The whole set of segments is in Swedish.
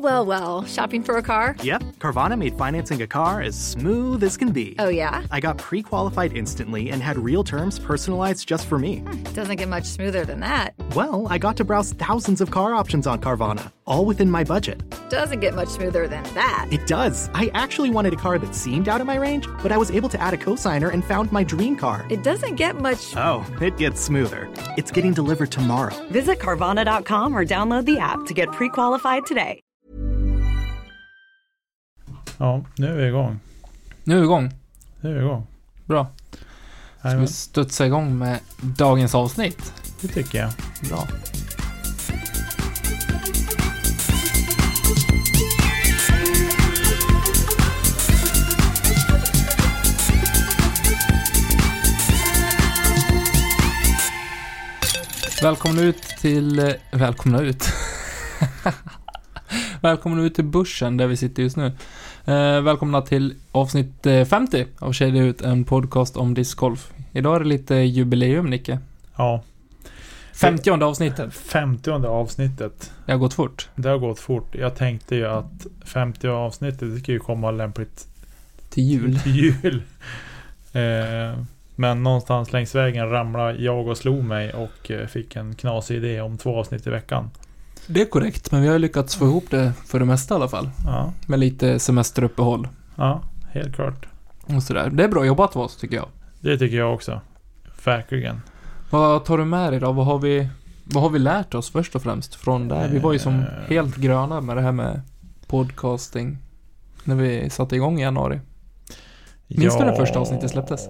Well, well. Shopping for a car? Yep, Carvana made financing a car as smooth as can be. Oh, yeah? I got pre-qualified instantly and had real terms personalized just for me. Doesn't get much smoother than that. Well, I got to browse thousands of car options on Carvana, all within my budget. Doesn't get much smoother than that. It does. I actually wanted a car that seemed out of my range, but I was able to add a cosigner and found my dream car. It doesn't get much... Oh, it gets smoother. It's getting delivered tomorrow. Visit Carvana.com or download the app to get pre-qualified today. Ja, nu är vi igång. Nu är vi igång. Bra. Ska vi studsa igång med dagens avsnitt? Det tycker jag. Bra. Välkomna ut till börsen där vi sitter just nu. Välkomna till avsnitt 50 av Kedja ut, en podcast om discgolf. Idag är det lite jubileum, Nicke. Ja. 50:e avsnittet. 50:e avsnittet. Det har gått fort. Det har gått fort. Jag tänkte ju att 50:e avsnittet ska ju komma lämpligt till jul. Men någonstans längs vägen ramlade jag och slog mig och fick en knasig idé om 2 avsnitt i veckan. Det är korrekt, men vi har lyckats få ihop det för det mesta i alla fall. Ja. Med lite semesteruppehåll. Ja, helt klart. Och sådär. Det är bra jobbat av oss, tycker jag. Det tycker jag också. Verkligen. Vad tar du med dig då? Vad har vi lärt oss först och främst från det här? Vi var ju som helt gröna med det här med podcasting när vi satte igång i januari. Minns du när första avsnittet släpptes?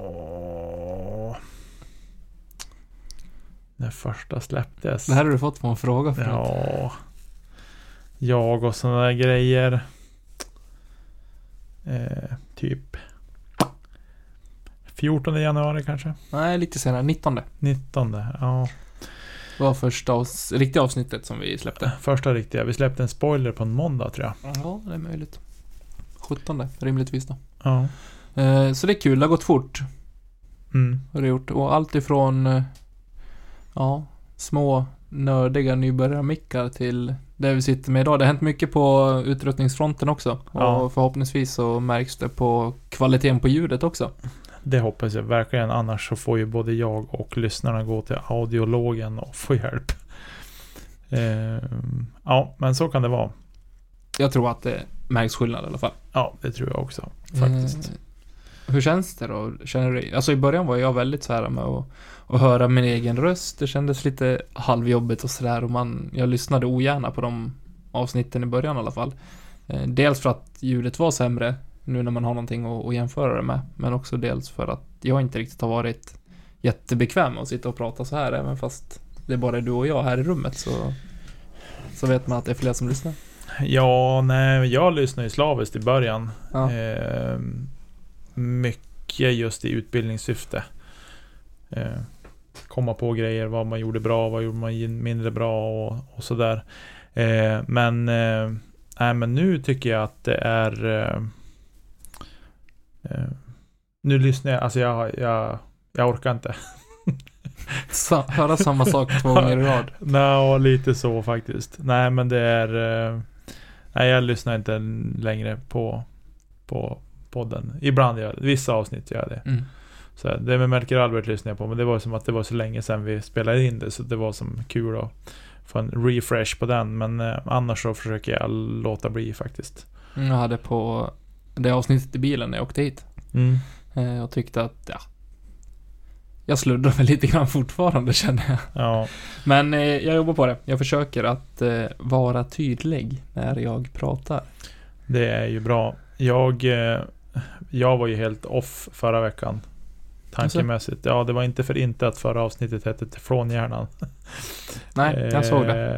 När första släpptes. Det här har du fått på en fråga förut. Ja. Jag och sådana där grejer. Typ 14 januari kanske. Nej, lite senare. 19. Ja. Det var första riktiga avsnittet som vi släppte. Första riktiga. Vi släppte en spoiler på en måndag, tror jag. Ja, det är möjligt. 17, rimligtvis då. Ja. Så det är kul. Det har gått fort. Har det gjort. Och allt ifrån små nördiga nybörjarmickar till där vi sitter med idag. Det har hänt mycket på utrustningsfronten också. Ja. Och förhoppningsvis så märks det på kvaliteten på ljudet också. Det hoppas jag verkligen. Annars så får ju både jag och lyssnarna gå till audiologen och få hjälp. Ja, men så kan det vara. Jag tror att det märks skillnad i alla fall. Ja, det tror jag också faktiskt. Hur känns det då? Känner du, alltså i början var jag väldigt så här med att höra min egen röst. Det kändes lite halvjobbigt och sådär. Och jag lyssnade ogärna på de avsnitten i början i alla fall. Dels för att ljudet var sämre nu när man har någonting att jämföra det med. Men också dels för att jag inte riktigt har varit jättebekväm att sitta och prata så här. Även fast det är bara du och jag här i rummet så vet man att det är fler som lyssnar. Ja, nej, jag lyssnade ju slaviskt i början. Ja. Mycket just i utbildningssyfte. Komma på grejer, vad man gjorde bra, vad gjorde man mindre bra och sådär. Men nu tycker jag att det är nu lyssnar jag, alltså jag orkar inte. Höra samma sak 2 gånger i rad. Nej, lite så faktiskt. Nej, men det är nej, jag lyssnar inte längre på podden. Ibland gör jag det. Vissa avsnitt gör jag det. Så det med Melker Albert lyssnar jag på, men det var som att det var så länge sedan vi spelade in det, så det var som kul att få en refresh på den, men annars så försöker jag låta bli faktiskt. Jag hade på det avsnittet i bilen när jag åkte hit. Jag tyckte att jag sluddrar väl lite grann fortfarande, känner jag. Ja. Men jag jobbar på det. Jag försöker att vara tydlig när jag pratar. Det är ju bra. Jag var ju helt off förra veckan. Tankemässigt. Ja, det var inte för inte att förra avsnittet hette Från hjärnan. Nej, jag såg det.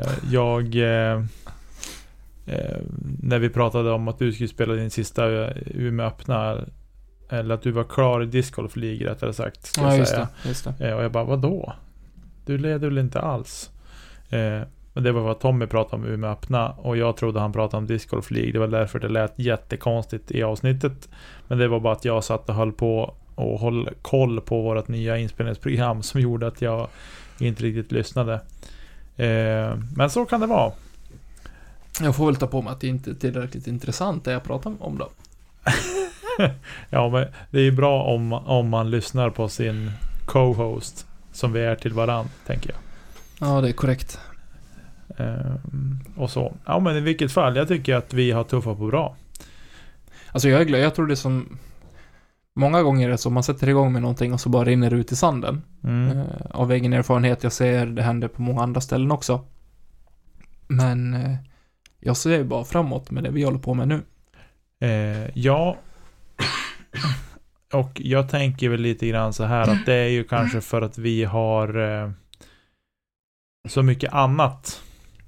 När vi pratade om att du skulle spela din sista Umeå öppna, eller att du var klar i discgolf League rättare sagt. Ja, just det. Och jag bara, vadå? Du leder väl inte alls? Men det var vad Tommy pratade om Umeå öppna, och jag trodde han pratade om discgolf League. Det var därför det lät jättekonstigt i avsnittet. Men det var bara att jag satt och höll koll på vårt nya inspelningsprogram som gjorde att jag inte riktigt lyssnade. Men så kan det vara. Jag får väl ta på mig att det inte är tillräckligt intressant det jag pratar om då. Ja, men det är ju bra om man lyssnar på sin co-host som vi är till varann, tänker jag. Ja, det är korrekt. Och så. Ja, men i vilket fall, jag tycker att vi har tuffat på bra. Alltså jag är glad, jag tror det är som många gånger är det så man sätter igång med någonting och så bara rinner det ut i sanden. Av egen erfarenhet, jag ser det händer på många andra ställen också. Men jag ser bara framåt med det vi håller på med nu. Ja. Och jag tänker väl lite grann så här att det är ju kanske för att vi har så mycket annat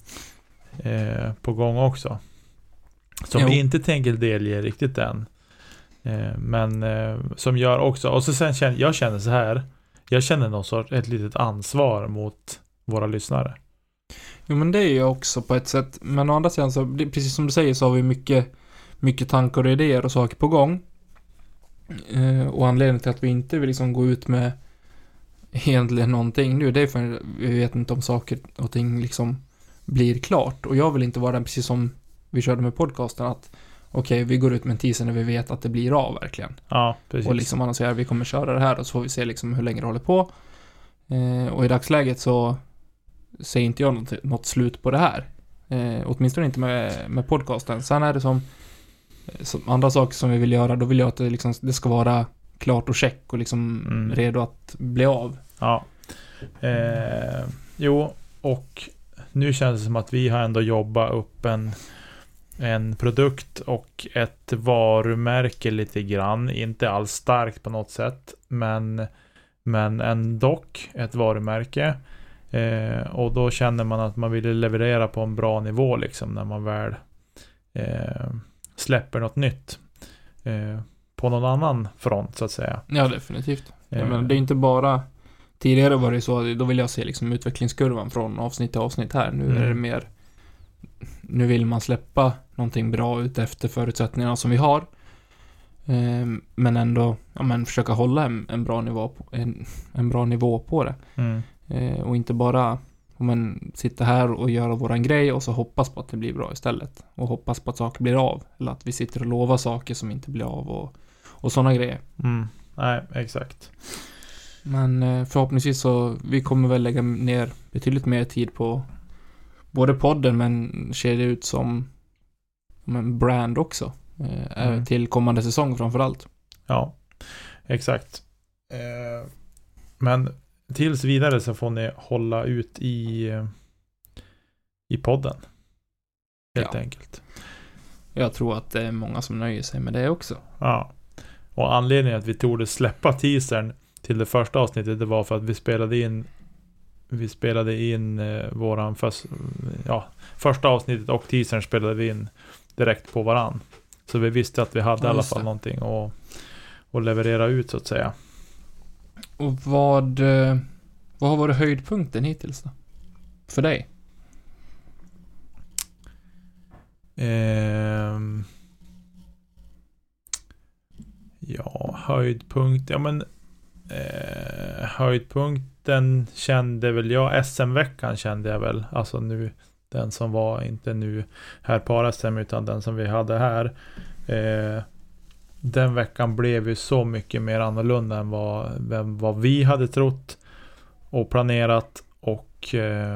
på gång också. Som vi inte tänker delge riktigt än. Men som gör också. Och så sen jag känner så här. Jag känner någon sorts ett litet ansvar mot våra lyssnare. Jo, men det är ju också på ett sätt. Men å andra sidan så, precis som du säger, så har vi mycket tankar och idéer och saker på gång. Och anledningen till att vi inte vill liksom gå ut med egentligen någonting nu, det är för vi vet inte om saker och ting liksom blir klart. Och jag vill inte vara den, precis som vi körde med podcasten, att okej, vi går ut med en teaser när vi vet att det blir av verkligen. Ja, precis. Och liksom annonserar vi kommer köra det här och så får vi se liksom hur länge det håller på. Och i dagsläget så ser inte jag något slut på det här. Åtminstone inte med podcasten. Sen är det som andra saker som vi vill göra, då vill jag att det ska vara klart och check och liksom redo att bli av. Ja. Jo, och nu känns det som att vi har ändå jobbat upp en produkt och ett varumärke lite grann. Inte alls starkt på något sätt, men ändå ett varumärke. Och då känner man att man vill leverera på en bra nivå liksom, när man väl släpper något nytt på någon annan front så att säga. Ja, definitivt. Men det är inte bara, tidigare var det så, då vill jag se liksom utvecklingskurvan från avsnitt till avsnitt här. Nu är det mer, nu vill man släppa någonting bra ut efter förutsättningarna som vi har. Men ändå försöka hålla en bra nivå på, en bra nivå på det. Och inte bara sitta här och göra våran grej och så hoppas på att det blir bra istället. Och hoppas på att saker blir av. Eller att vi sitter och lovar saker som inte blir av och sådana grejer. Nej, exakt. Men förhoppningsvis så vi kommer väl lägga ner betydligt mer tid på både podden, men ser det ut som en brand också. Till kommande säsong framförallt. Ja, exakt. Men tills vidare så får ni hålla ut i podden. Helt enkelt. Jag tror att det är många som nöjer sig med det också. Ja. Och anledningen att vi tog det släppa teasern till det första avsnittet, det var för att vi spelade in våran första avsnittet och teasern spelade vi in direkt på varann. Så vi visste att vi hade i alla fall någonting att leverera ut så att säga. Och vad har varit höjdpunkten hittills då? För dig? Höjdpunkt. Ja, men höjdpunkten kände väl jag. SM-veckan kände jag väl. Alltså nu, den som var inte nu här på SM utan den som vi hade här. Den veckan blev ju så mycket mer annorlunda än vad vi hade trott och planerat och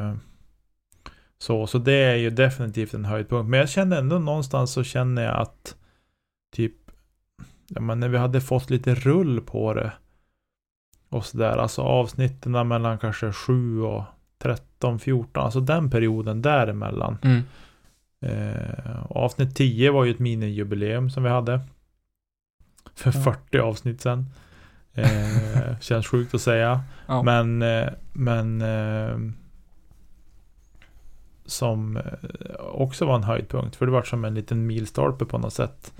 så det är ju definitivt en höjdpunkt. Men jag kände ändå någonstans så känner jag att typ när vi hade fått lite rull på det och sådär, alltså avsnitten mellan kanske 7 och 13, 14, alltså den perioden däremellan. Avsnitt 10 var ju ett mini-jubileum som vi hade för 40 avsnitt sen. Känns sjukt att säga. Ja. Men som också var en höjdpunkt, för det var som en liten milstolpe på något sätt.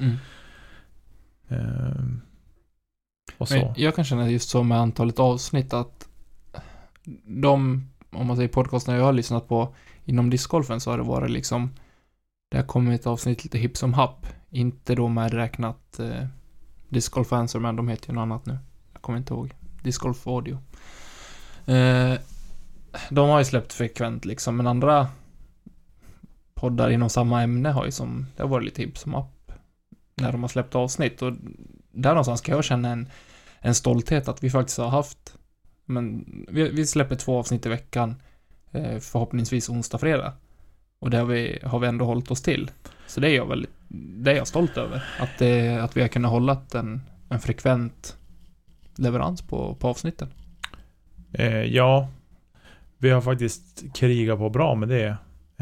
Och så. Men jag kan känna just så med antalet avsnitt att om man säger podcasten jag har lyssnat på inom discgolfen, så har det varit liksom, det har kommit ett avsnitt lite hipp som happ, inte då med räknat Discgolf Answer, men de heter ju något annat nu. Jag kommer inte ihåg. Discgolf Audio. De har ju släppt frekvent liksom, men andra poddar inom samma ämne har ju det har varit lite hipp som app när de har släppt avsnitt, och där någonstans ska jag känna en stolthet att vi faktiskt har haft, men vi släpper 2 avsnitt i veckan, förhoppningsvis onsdag, fredag, och det har vi ändå hållit oss till, så det är jag stolt över, att vi har kunnat hålla en frekvent leverans på avsnitten. Ja, vi har faktiskt krigat på bra med det.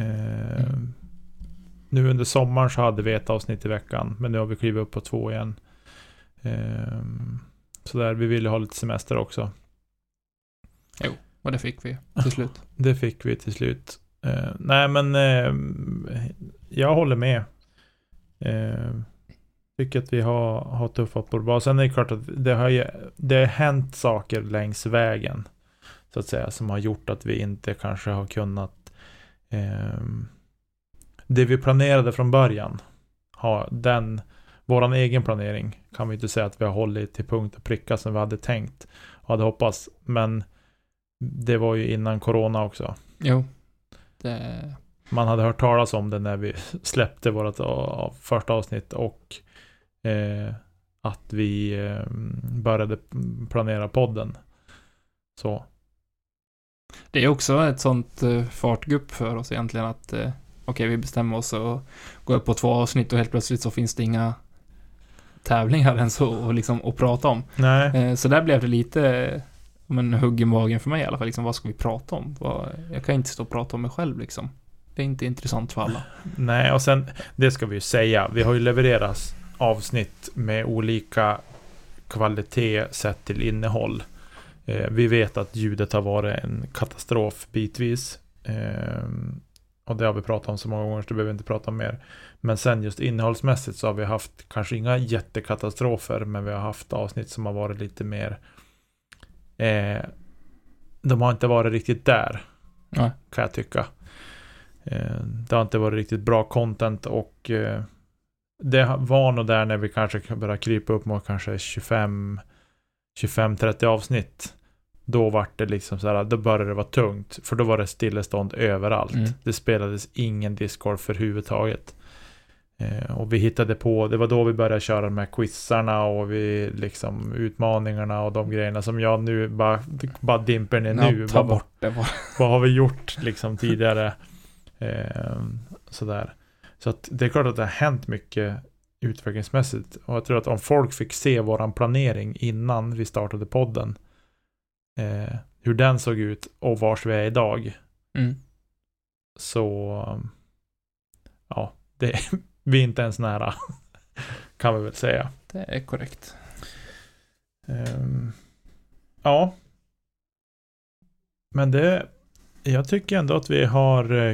Nu under sommaren så hade vi 1 avsnitt i veckan, men nu har vi klivit upp på 2 igen. Så där, vi ville ha lite semester också. Jo, och det fick vi till slut. Det fick vi till slut. Nej, men jag håller med. Tycker att vi har tuffat på det bra. Sen är det klart att det har hänt saker längs vägen, så att säga, som har gjort att vi inte kanske har kunnat det vi planerade från början, våran egen planering kan vi inte säga att vi har hållit till punkt och pricka som vi hade tänkt och hade hoppats, men det var ju innan corona också. Jo. Man hade hört talas om det när vi släppte vårt första avsnitt, och att vi började planera podden. Så. Det är också ett sånt fartgupp för oss egentligen, att okej, vi bestämmer oss och går upp på 2 avsnitt och helt plötsligt så finns det inga tävlingar ens att prata om. Nej. Så där blev det lite hugg i magen för mig i alla fall. Liksom, vad ska vi prata om? Jag kan inte stå och prata om mig själv liksom. Det är inte intressant för alla. Nej, och sen, det ska vi ju säga, vi har ju levererat avsnitt med olika kvalitet sett till innehåll. Vi vet att ljudet har varit en katastrof bitvis. Och det har vi pratat om så många gånger så det behöver vi inte prata om mer. Men sen just innehållsmässigt så har vi haft kanske inga jättekatastrofer, men vi har haft avsnitt som har varit lite mer de har inte varit riktigt där. Nej. Kan jag tycka. Det har inte varit riktigt bra content, och det var nog där när vi kanske började krypa upp mot kanske 25-30 avsnitt. Då var det liksom så här, då började det vara tungt, för då var det stillestånd överallt. Det spelades ingen Discord för huvudtaget. Och vi hittade på, det var då vi började köra de här quizarna och vi liksom utmaningarna och de grejerna som jag nu bara dimper ner nu. Ta bort det. Vad har vi gjort liksom tidigare? Sådär. Så att det är klart att det har hänt mycket utvecklingsmässigt, och jag tror att om folk fick se våran planering innan vi startade podden, hur den såg ut och vars vi är idag, så ja, vi är inte ens nära, kan vi väl säga. Det är korrekt. Ja, men jag tycker ändå att vi har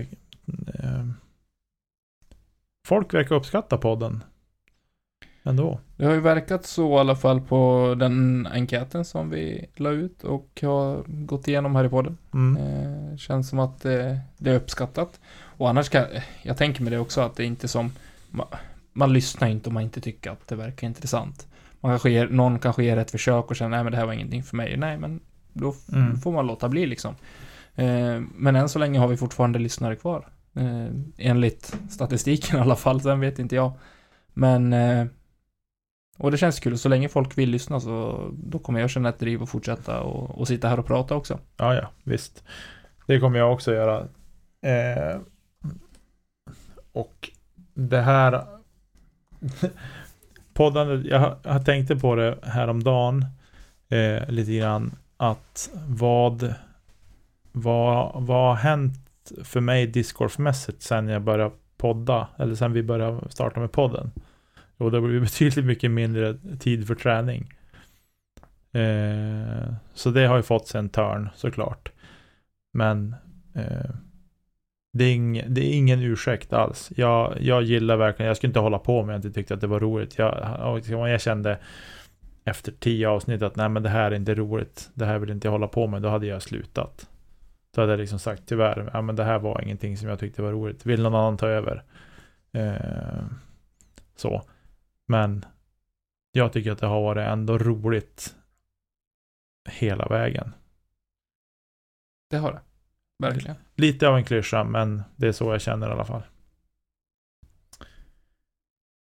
folk verkar uppskatta podden ändå. Det har ju verkat så i alla fall på den enkäten som vi la ut och har gått igenom här i podden. Känns som att det är uppskattat. Och annars jag tänker mig det också, att det är inte som man lyssnar inte om man inte tycker att det verkar intressant. Någon kanske ger ett försök och känner nej, men det här var ingenting för mig. Nej, men då får man låta bli liksom. Men än så länge har vi fortfarande lyssnare kvar. Enligt statistiken i alla fall, sen vet inte jag. Men och det känns kul, så länge folk vill lyssna så då kommer jag känna ett driv och fortsätta och sitta här och prata också. Ja, visst. Det kommer jag också göra. Och det här podden, jag tänkte på det här om dagen lite grann, att vad har hänt för mig Discord-mässigt sen jag började podda, eller sen vi började starta med podden. Och det blir betydligt mycket mindre tid för träning. Så det har ju fått sig en törn såklart. Men det är ingen ursäkt alls. Jag gillar verkligen, jag skulle inte hålla på om jag inte tyckte att det var roligt. Jag kände efter 10 avsnitt att nej, men det här är inte roligt. Det här vill inte jag hålla på med. Då hade jag slutat. Då hade jag liksom sagt tyvärr, ja, men det här var ingenting som jag tyckte var roligt. Vill någon annan ta över? Så. Men jag tycker att det har varit ändå roligt hela vägen. Det har det. Verkligen. Lite av en klyscha, men det är så jag känner i alla fall.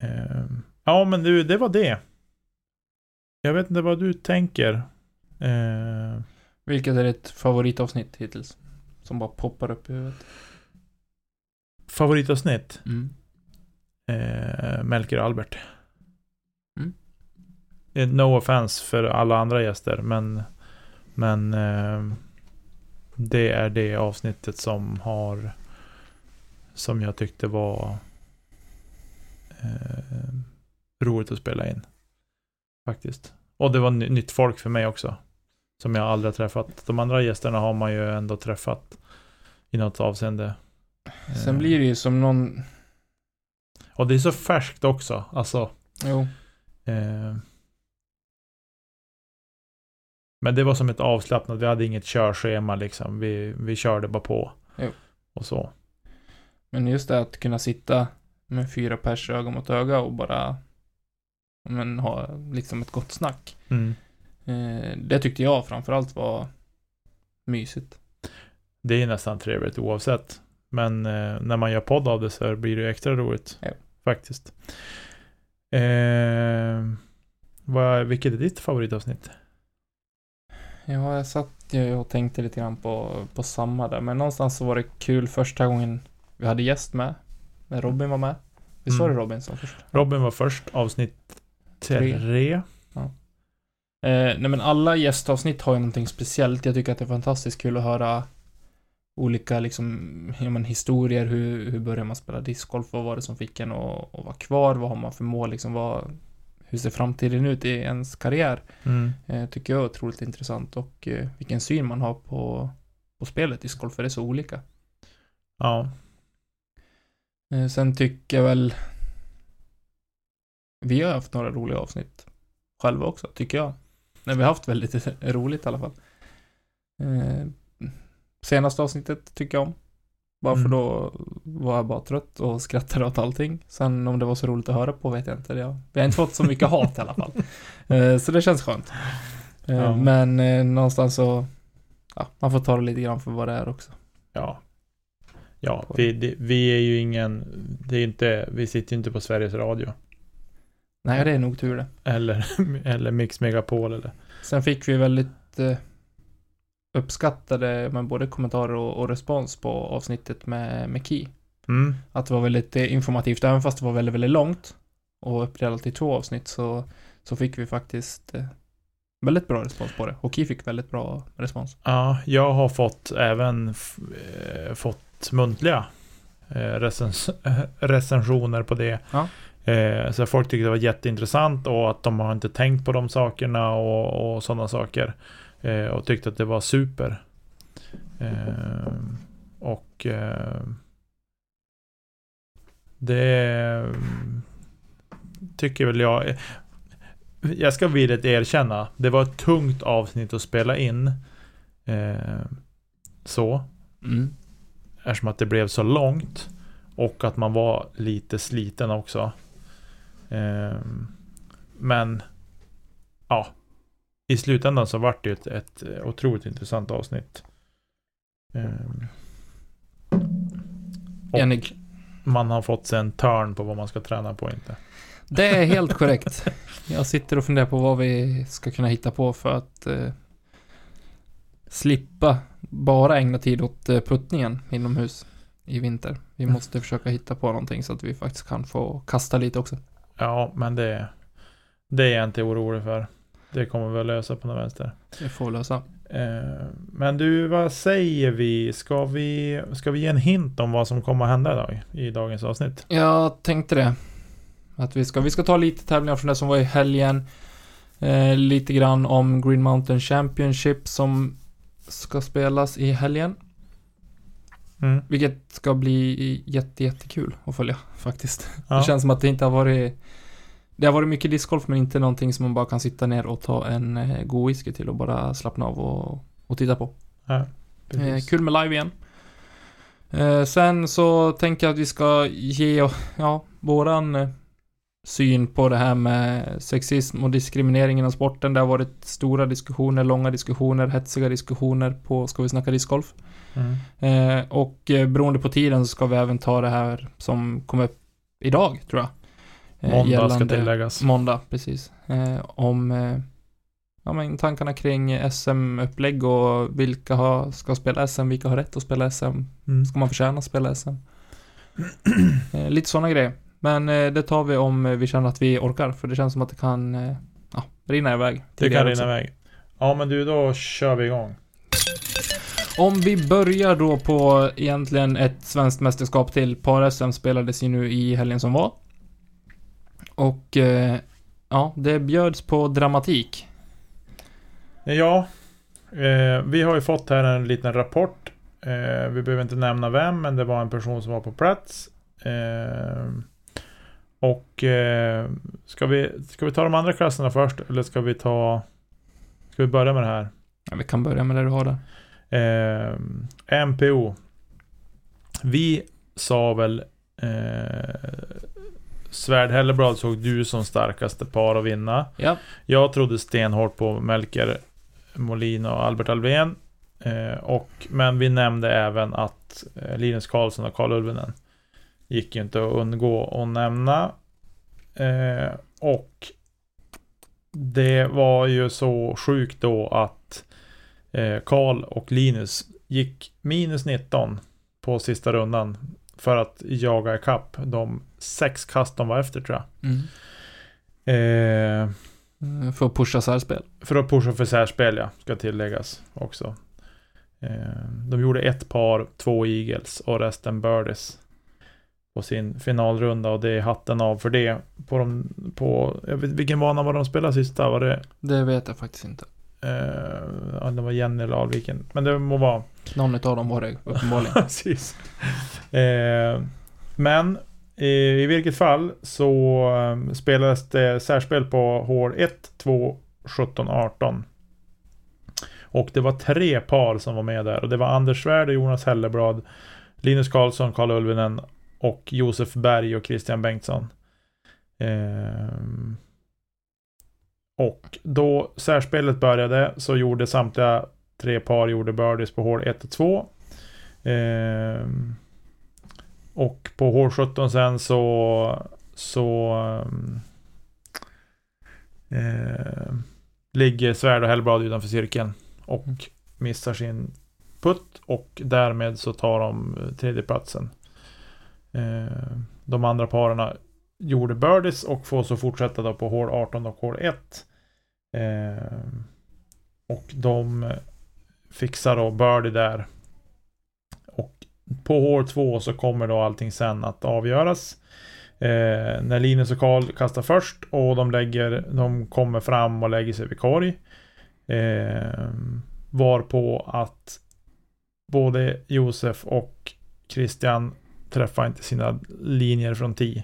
Ja, men det var det. Jag vet inte vad du tänker. Vilket är ditt favoritavsnitt hittills? Som bara poppar upp i huvudet. Favoritavsnitt? Mm. Melker Albert. Mm. No offense för alla andra gäster, men det är det avsnittet som jag tyckte var roligt att spela in. Faktiskt. Och det var nytt folk för mig också. Som jag aldrig har träffat. De andra gästerna har man ju ändå träffat i något avseende. Sen blir det ju som någon... Och det är så färskt också. Alltså. Jo. Men det var som ett avslappnat. Vi hade inget körschema liksom. Vi körde bara på. Jo. Och så. Men just det att kunna sitta med 4 pers öga mot öga och bara ha liksom ett gott snack. Mm. Det tyckte jag framförallt var mysigt. Det är nästan trevligt oavsett. Men när man gör podd av det så blir det extra roligt. Ja. Faktiskt. Vilket är ditt favoritavsnitt? Ja, jag satt ju och tänkte lite grann på samma där. Men någonstans så var det kul första gången vi hade gäst med. När Robin var med. Visst var det Robin som först? Robin var först, avsnitt 3. Ja. Nej, men alla gästavsnitt har ju någonting speciellt. Jag tycker att det är fantastiskt kul att höra olika liksom, historier. Hur börjar man spela discgolf? Vad var det som fick en att vara kvar? Vad har man för mål? Liksom, hur ser framtiden ut i ens karriär? Tycker jag är otroligt intressant. Och vilken syn man har på spelet discgolf. För det är så olika. Ja. Sen tycker jag väl vi har haft några roliga avsnitt själva också, tycker jag. Nej, vi har haft väldigt roligt i alla fall. Senaste avsnittet tycker jag om. Bara för då var jag bara trött och skrattade åt allting. Sen om det var så roligt att höra på vet jag inte. Vi har inte fått så mycket hat i alla fall. Så det känns skönt. Men någonstans så man får ta det lite grann för vad det är också. Ja, vi är ju vi sitter ju inte på Sveriges Radio. Nej, det är nog tur det. Eller Mix Megapol eller. Sen fick vi väldigt uppskattade med både kommentarer och respons på avsnittet med Key. Att det var väldigt informativt, även fast det var väldigt, väldigt långt och uppdelat i 2 avsnitt så fick vi faktiskt väldigt bra respons på det. Och Key fick väldigt bra respons. Ja, jag har även fått muntliga recensioner på det. Ja. Så folk tyckte det var jätteintressant och att de har inte tänkt på de sakerna och sådana saker. Och tyckte att det var super. Och det tycker väl jag ska vilja erkänna. Det var ett tungt avsnitt att spela in. Eftersom att det blev så långt och att man var lite sliten också. Men i slutändan så var det ett otroligt intressant avsnitt. Enig. Man har fått sig en törn på vad man ska träna på inte. Det är helt korrekt. Jag sitter och funderar på vad vi ska kunna hitta på för att slippa bara ägna tid åt puttningen inomhus i vinter. Vi måste försöka hitta på någonting så att vi faktiskt kan få kasta lite också. Ja, men det är jag inte orolig för. Det kommer vi att lösa på något vänster. Det får vi lösa. Men du, vad säger vi? Ska vi ge en hint om vad som kommer att hända idag i dagens avsnitt? Jag tänkte det. Att vi ska ta lite tävlingar från det som var i helgen. Lite grann om Green Mountain Championship som ska spelas i helgen. Vilket ska bli jättekul att följa faktiskt. Ja. Det känns som att det inte har varit... Det har varit mycket discgolf men inte någonting som man bara kan sitta ner och ta en god whisky till och bara slappna av och titta på. Ja, kul med live igen. Sen så tänker jag att vi ska ge våran syn på det här med sexism och diskriminering inom sporten. Det har varit stora diskussioner, långa diskussioner, hetsiga diskussioner på Ska vi snacka discgolf. Och beroende på tiden så ska vi även ta det här som kommer upp idag, tror jag. Måndag ska tilläggas. Måndag, precis. Om tankarna kring SM-upplägg och vilka ska spela SM, vilka har rätt att spela SM. Ska man förtjäna att spela SM? Lite sådana grejer. Men det tar vi om vi känner att vi orkar. För det känns som att det kan rinna iväg. Det kan rinna iväg. Ja, men du, då kör vi igång. Om vi börjar då på egentligen ett svenskt mästerskap till. Par-SM spelades ju nu i helgen som var. Och det bjöds på dramatik. Ja, vi har ju fått här en liten rapport. Vi behöver inte nämna vem, men det var en person som var på plats. Ska vi ta de andra klasserna först, eller ska vi börja med det här? Ja, vi kan börja med det du har där. MPO. Vi sa väl Svärd Helleblad såg du som starkaste par att vinna. Ja. Jag trodde stenhårt på Melker Molin och Albert Alvén. Men vi nämnde även att Linus Karlsson och Karl Ulvenen gick ju inte att undgå att nämna. Och det var ju så sjukt då att Karl och Linus gick minus 19 på sista rundan för att jaga ikapp de 6 kast de var efter, tror jag. För att pusha särspel. För att pusha för särspel, ja, ska tilläggas också. De gjorde ett par, 2 eagles och resten birdies på sin finalrunda, och det är hatten av för det. Jag vet, vilken bana var de spelade sista? Var det? Det vet jag faktiskt inte. Det var Jenny eller Alviken, men det må vara någon av dem var det uppenbarligen. Precis. Men i vilket fall så spelades det särspel på hål 1, 2, 17, 18. Och det var 3 par som var med där. Och det var Anders Svärd och Jonas Helleblad, Linus Karlsson, Karl Ulvenen och Josef Berg och Christian Bengtsson. Och då särspelet började så gjorde samtliga 3 par gjorde birdies på hål 1 och 2. Och på hål 17 sen så ligger Svärd och Helleblad utanför cirkeln och missar sin putt, och därmed så tar de tredje platsen. De andra parerna gjorde birdies och får så fortsätta då på hål 18 och hål 1. Och de fixar då birdie där. Och på hål 2 så kommer då allting sen att avgöras. När Linus och Karl kastar först och de kommer fram och lägger sig vid korg. Varpå att både Josef och Christian träffar inte sina linjer från 10.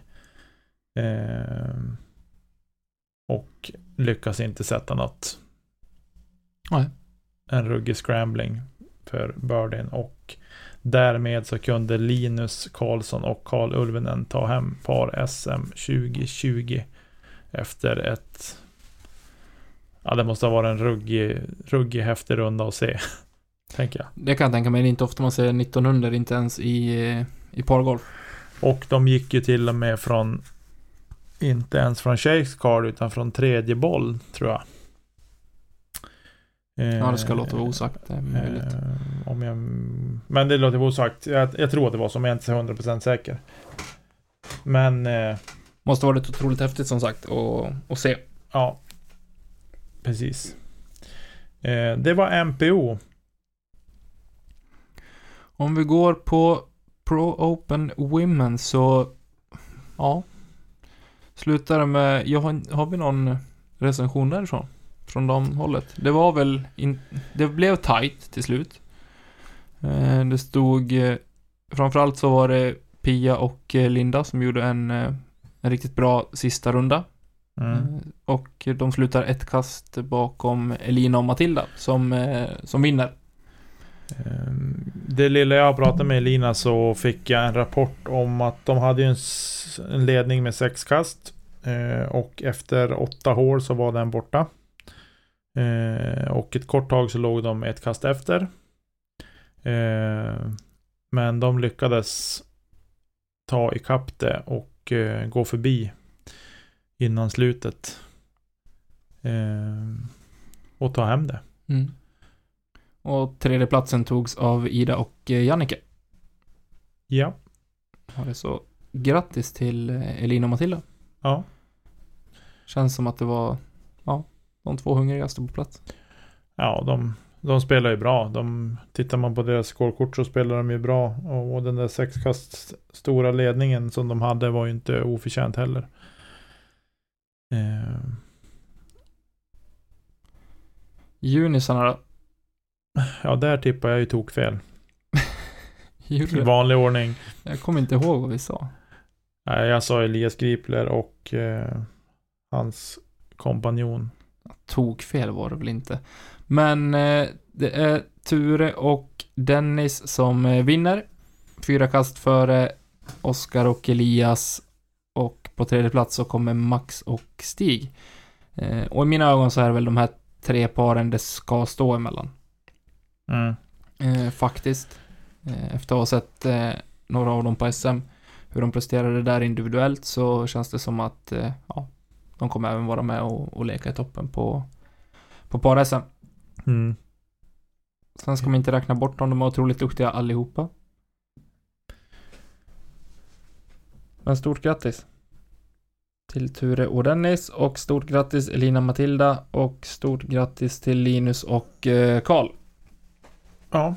Och lyckas inte sätta något. Nej. En ruggig scrambling för birdien, och därmed så kunde Linus Karlsson och Karl Ulvenen ta hem par SM 2020 efter ett, det måste ha varit en ruggig häftig runda att se, tänker jag. Det kan jag tänka mig. Det är inte ofta man ser 1900 inte ens i pargolf. Och de gick ju till och med inte ens från Shakes card utan från tredje boll, tror jag. Ja, det ska låta vara osagt. Det är möjligt. Men det låter osagt. Jag tror att det var som, jag är inte 100% säker. Men måste vara det otroligt häftigt som sagt att se. Ja, precis. Det var MPO. Om vi går på Pro Open Women så slutar det med, har vi någon recension därifrån? Från de hållet. Det var väl det blev tight till slut. Det stod framförallt så var det Pia och Linda som gjorde en riktigt bra sista runda. Och de slutar ett kast bakom Elina och Matilda som vinner. Det lilla jag pratade med Elina så fick jag en rapport om att de hade en ledning med 6 kast. Och efter 8 hål så var den borta. Och ett kort tag så låg de ett kast efter. Men de lyckades ta ikapp det och gå förbi innan slutet. Och ta hem det. Mm. Och tredje platsen togs av Ida och Jannike. Ja. Ja, det är så grattis till Elina och Matilda. Ja. Känns som att det var de 2 hungrigaste på plats. Ja, de spelar ju bra. Tittar man på deras scorekort så spelar de ju bra. Och den där 6-kast stora ledningen som de hade var ju inte oförtjänt heller. Junisarna då? Ja, där tippar jag ju tokfel. I Gjorde det? vanlig ordning. Jag kommer inte ihåg vad vi sa. Nej, jag sa Elias Gripler och hans kompanjon. Tokfel var det väl inte. Men det är Ture och Dennis som vinner. 4 kast före Oskar och Elias. Och på tredje plats så kommer Max och Stig. Och i mina ögon så är det väl de här 3 paren det ska stå emellan. Faktiskt. Efter att ha sett några av dem på SM, hur de presterade där individuellt, så känns det som att de kommer även vara med och leka i toppen på par-SM. Sen ska man inte räkna bort dem, de är otroligt duktiga allihopa. Men stort grattis till Ture och Dennis, och stort grattis Elina Matilda, och stort grattis till Linus och Karl. Ja.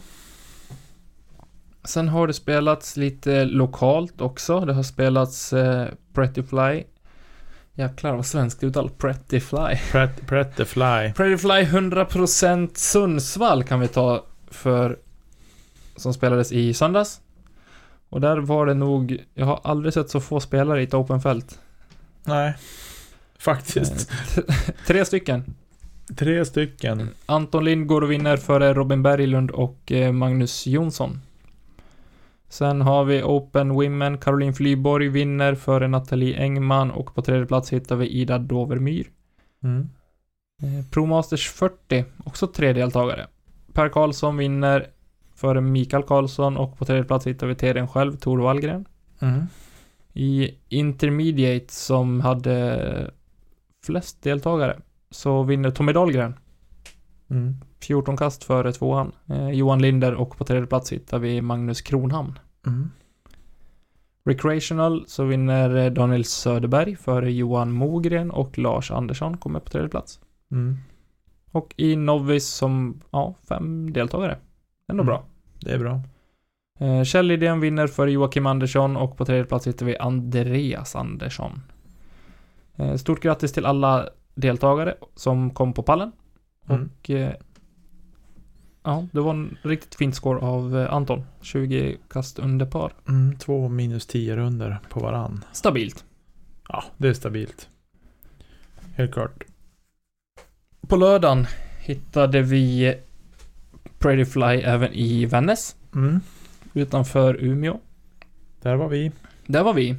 Sen har det spelats lite lokalt också. Det har spelats Pretty Fly. Jäklar vad svenskt uttal. Pretty Fly. Pretty Fly. Pretty Fly 100% Sundsvall kan vi ta för, som spelades i söndags. Och där var det nog, jag har aldrig sett så få spelare i ett openfält. Nej, faktiskt. 3 stycken. 3 stycken. Anton Lind går och vinner före Robin Berglund och Magnus Jonsson. Sen har vi Open Women. Caroline Flyborg vinner före Nathalie Engman, och på tredje plats hittar vi Ida Dovermyr. Pro Masters 40, också 3 deltagare. Per Karlsson vinner före Mikael Karlsson, och på tredje plats hittar vi TDn själv, Tor Wallgren. I Intermediate, som hade flest deltagare, så vinner Tommy Dahlgren. 14 kast före 2an. Johan Linder, och på tredje plats hittar vi Magnus Kronhamn. Recreational så vinner Daniel Söderberg före Johan Mogren, och Lars Andersson kommer på tredje plats. Och i Novice som 5 deltagare. Ändå bra. Det är bra. Kjell Lidén vinner före Joakim Andersson, och på tredje plats hittar vi Andreas Andersson. Stort grattis till alla deltagare som kom på pallen. Och det var en riktigt fin score av Anton. 20 kast under par. 2 minus 10 runder på varann. Stabilt. Ja, det är stabilt. Helt klart. På lördagen hittade vi Pretty Fly även i Vännäs. Utanför Umeå. Där var vi.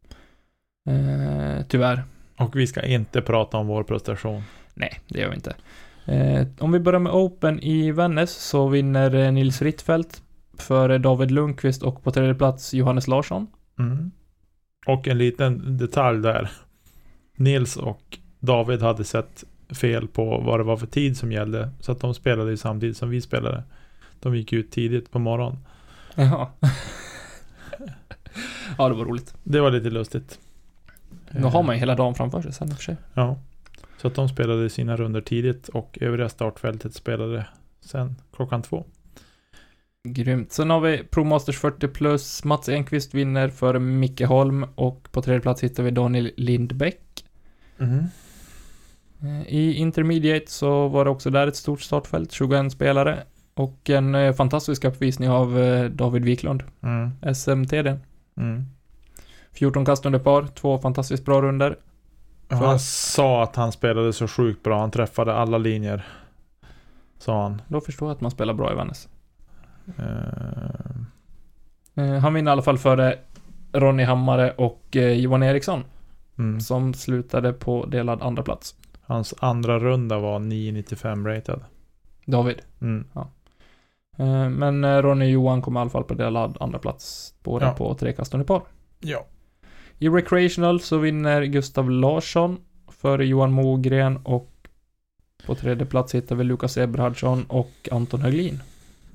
Tyvärr. Och vi ska inte prata om vår prestation. Nej, det gör vi inte. Om vi börjar med Open i Vännäs, så vinner Nils Rittfeldt för David Lundqvist, och på tredje plats Johannes Larsson. Och en liten detalj där. Nils och David hade sett fel på vad det var för tid som gällde, så att de spelade ju samtidigt som vi spelade. De gick ut tidigt på morgonen. Jaha. Ja, det var roligt. Det var lite lustigt. Nu har man ju hela dagen framför sig sen i och för sig. Ja. Så att de spelade sina runder tidigt, och övriga startfältet spelade sen 2:00. Grymt. Sen har vi Pro Masters 40 plus. Mats Enqvist vinner för Micke Holm, och på tredje plats hittar vi Daniel Lindbäck. I Intermediate så var det också där ett stort startfält, 21 spelare, och en fantastisk uppvisning av David Wiklund. SMTD. 14 kast under par, 2 fantastiskt bra runder. Han sa att han spelade så sjukt bra. Han träffade alla linjer, sa han. Då förstår jag att man spelar bra i Vännäs. Han vinner i alla fall före Ronny Hammare och Johan Eriksson, som slutade på delad andra plats. Hans andra runda var 9,95 rated. David. Ja. Men Ronny och Johan kom i alla fall på delad andra plats, båda på 3 kast under par. Ja. I Recreational så vinner Gustav Larsson före Johan Mogren, och på tredje plats hittar vi Lukas Eberhardsson och Anton Höglin.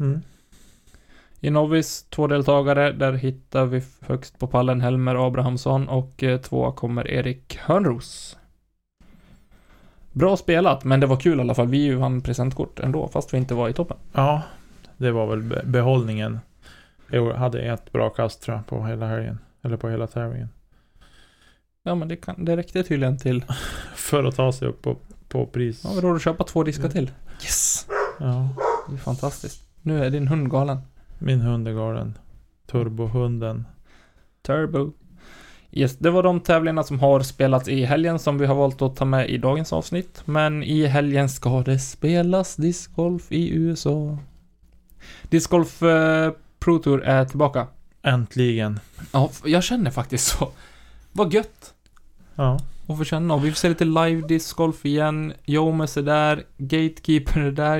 I Novice 2 deltagare, där hittar vi högst på pallen Helmer Abrahamsson, och 2 kommer Erik Hörnros. Bra spelat, men det var kul i alla fall. Vi ju vann presentkort ändå, fast vi inte var i toppen. Ja, det var väl behållningen. Jag hade ett bra kast, tror jag, på hela helgen. Eller på hela tävlingen. Ja, men det räckte tydligen till. För att ta sig upp på pris. Ja, då har du köpa 2 diskar till. Yes! Ja. Det är fantastiskt. Nu är din hund galen. Min hund är galen. Turbohunden. Turbo. Yes, det var de tävlingarna som har spelats i helgen som vi har valt att ta med i dagens avsnitt. Men i helgen ska det spelas discgolf i USA. Discgolf Pro Tour är tillbaka. Äntligen. Ja, jag känner faktiskt så. Vad gött. Ja. Och få känna. Och vi får se lite live discgolf igen. Jomes är där. Gatekeeper är där.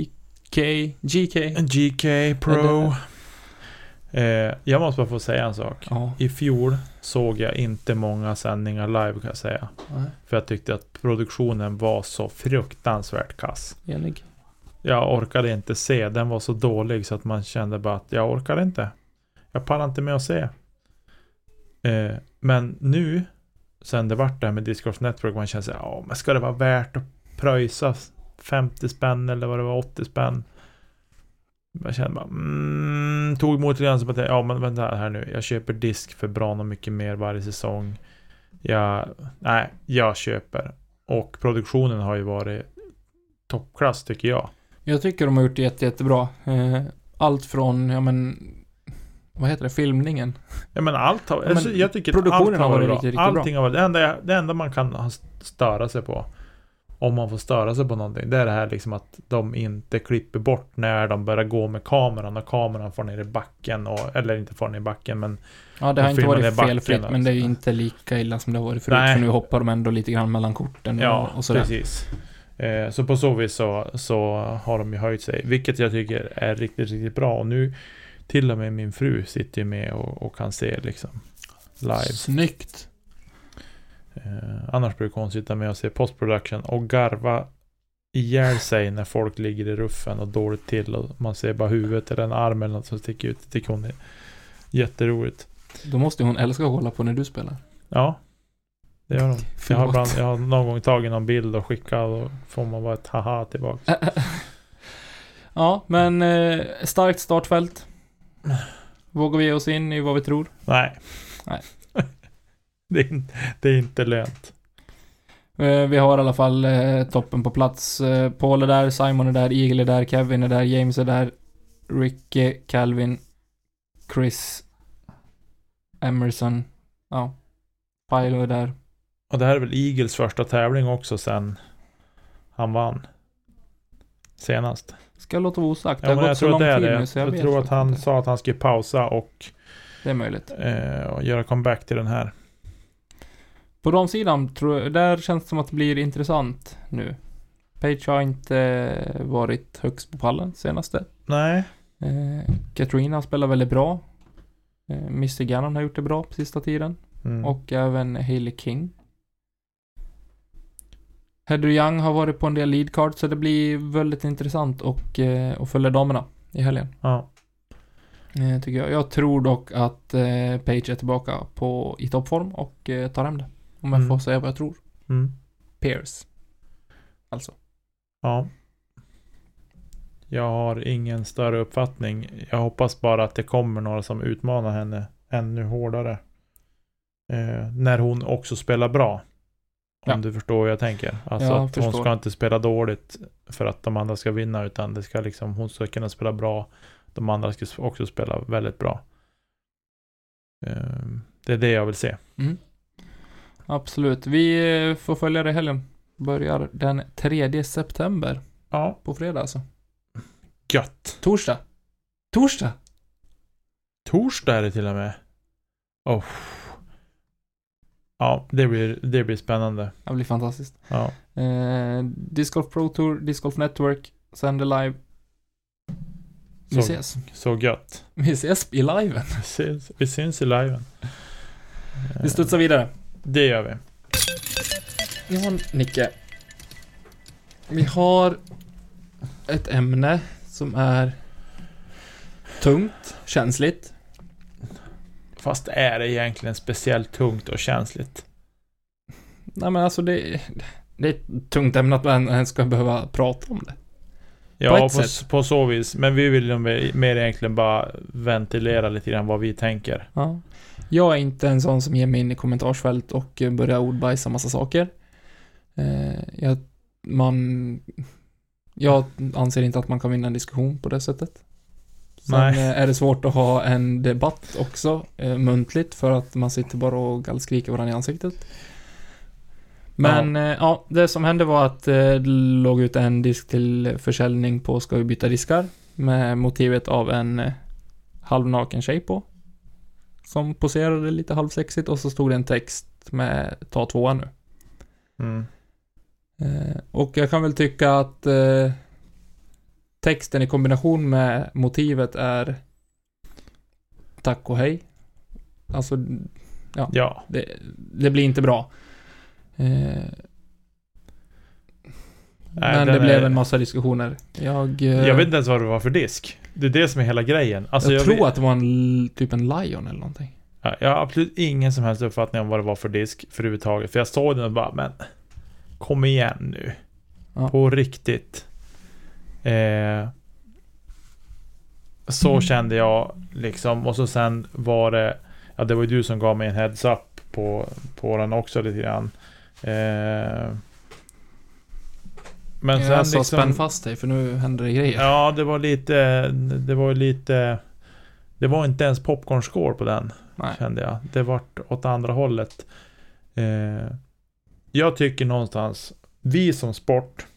GK Pro. Jag måste bara få säga en sak. Ja. I fjol såg jag inte många sändningar live, kan jag säga. Nej. För jag tyckte att produktionen var så fruktansvärt kass. Enig. Jag orkade inte se. Den var så dålig så att man kände bara att jag orkade inte. Jag pallar inte med att se. Men nu, sen det vart det här med Discgolf Network, man känner sig, ja, men ska det vara värt att pröjsa 50 spänn eller vad det var, 80 spänn? Jag kände bara, tog emot lite som att ja, men vänta här nu, jag köper disk för bra och mycket mer varje säsong. Jag köper. Och produktionen har ju varit toppklass, tycker jag. Jag tycker de har gjort det jättebra. Allt från, vad heter det, filmningen? Ja, men allt har, alltså, jag tycker produktionen allt har varit riktigt allting bra. Har varit, det enda man kan störa sig på, om man får störa sig på någonting, det är det här liksom att de inte klipper bort när de börjar gå med kameran, och kameran får ner i backen, eller inte får ner i backen, men ja, det har inte varit felfritt, backen, men det är ju inte lika illa som det har varit förut. Nej. För nu hoppar de ändå lite grann mellan korten. Ja, och sådär. Precis. Så på så vis så har de ju höjt sig, vilket jag tycker är riktigt, riktigt bra. Och nu till och med min fru sitter med och kan se liksom live. Snyggt. Annars brukar hon sitta med och se postproduktion och garva ihjäl sig när folk ligger i ruffen och dåligt till, och man ser bara huvudet eller en arm eller något som sticker ut. Det tycker hon är jätteroligt. Då måste hon älska att hålla på när du spelar. Ja, det gör hon. Jag har någon gång tagit någon bild och skickat, och får man bara ett haha tillbaka. Ja, men starkt startfält. Vågar vi ge oss in i vad vi tror? Nej. Det är inte lönt. Vi har i alla fall toppen på plats. Paul är där, Simon är där, Eagle är där, Kevin är där, James är där, Ricky, Calvin, Chris, Emerson, ja, Philo är där. Och det här är väl Eagles första tävling också sen han vann senast. Ska jag låta vara osagt? Ja, det har gått så lång tid nu, så jag tror att han sa att han skulle pausa och det är möjligt. Och göra comeback till den här. På de sidan där känns det som att det blir intressant nu. Page har inte varit högst på pallen senaste. Nej. Katrina spelar väldigt bra. Mr. Gannon har gjort det bra på sista tiden. Och även Hailey King. Heather Young har varit på en del leadcard, så det blir väldigt intressant och följa damerna i helgen. Ja. Tycker jag. Jag tror dock att Page är tillbaka i toppform och tar hem det. Om jag får säga vad jag tror. Pierce. Alltså. Ja. Jag har ingen större uppfattning. Jag hoppas bara att det kommer några som utmanar henne ännu hårdare. När hon också spelar bra. Om du förstår vad jag tänker. Alltså jag att förstår. hon ska inte spela dåligt för att de andra ska vinna, utan det ska liksom, hon ska kunna spela bra. De andra ska också spela väldigt bra. Det är det jag vill se. Absolut. Vi får följa det i helgen. Börjar den 3 september. Ja. På fredag alltså. Gött. Torsdag är det till och med. Ja, det blir spännande. Det blir fantastiskt. Ja. Discgolf Pro Tour, Discgolf Network, sänder live. Vi ses. Så gött. Vi ses i liven. Vi syns i liven. Vi studsar vidare. Det gör vi. Ja, Nicke. Vi har ett ämne som är tungt, känsligt. Fast är det egentligen speciellt tungt och känsligt? Nej, men alltså det är ett tungt ämne att man ens ska behöva prata om det. Ja, på så vis. Men vi vill ju mer egentligen bara ventilera lite grann vad vi tänker. Ja. Jag är inte en sån som ger mig in i kommentarsfält och börjar ordbajsa massa saker. Jag anser inte att man kan vinna en diskussion på det sättet. Sen är det svårt att ha en debatt också muntligt för att man sitter bara och gallskriker varandra i ansiktet. Men det som hände var att det låg ut en disk till försäljning på Ska vi byta diskar med motivet av en halvnaken tjej på som poserade lite halvsexigt och så stod det en text med ta 2 nu. Och jag kan väl tycka att texten i kombination med motivet är tack och hej. Alltså ja. Det blir inte bra. Men det blev en massa diskussioner. Jag vet inte ens vad det var för disk. Det är det som är hela grejen. Alltså, jag tror att det var typ en Lion eller någonting. Jag har absolut ingen som helst uppfattning om vad det var för disk för överhuvudtaget. För jag såg den och bara, men kom igen nu. Ja. På riktigt. Så kände jag liksom. Och så sen var det, det var ju du som gav mig en heads up på den också lite grann. Men sen jag sa liksom, spänn fast dig för nu händer det grejer. Ja, det var inte ens popcorn-score på den. Nej. Kände jag. Det var åt andra hållet. Jag tycker någonstans vi som sport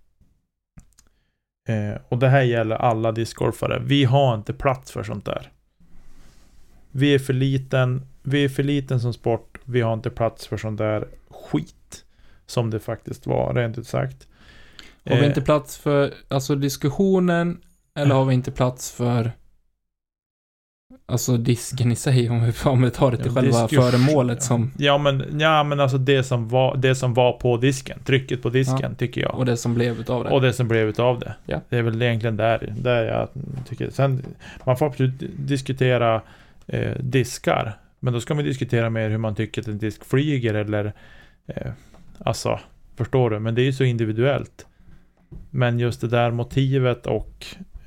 och det här gäller alla discgolfare, vi har inte plats för sånt där. Vi är för liten som sport. Vi har inte plats för sånt där skit som det faktiskt var, rent ut sagt. Har vi inte plats för alltså diskussionen eller har vi inte plats för alltså disken i sig om vi tar det till själva föremålet som ja men alltså det som var på disken, trycket på disken tycker jag. Och det som blev utav det. Ja. Det är väl egentligen där jag tycker. Sen man får absolut diskutera diskar, men då ska man diskutera mer hur man tycker att en disk flyger eller alltså, förstår du? Men det är ju så individuellt. Men just det där motivet och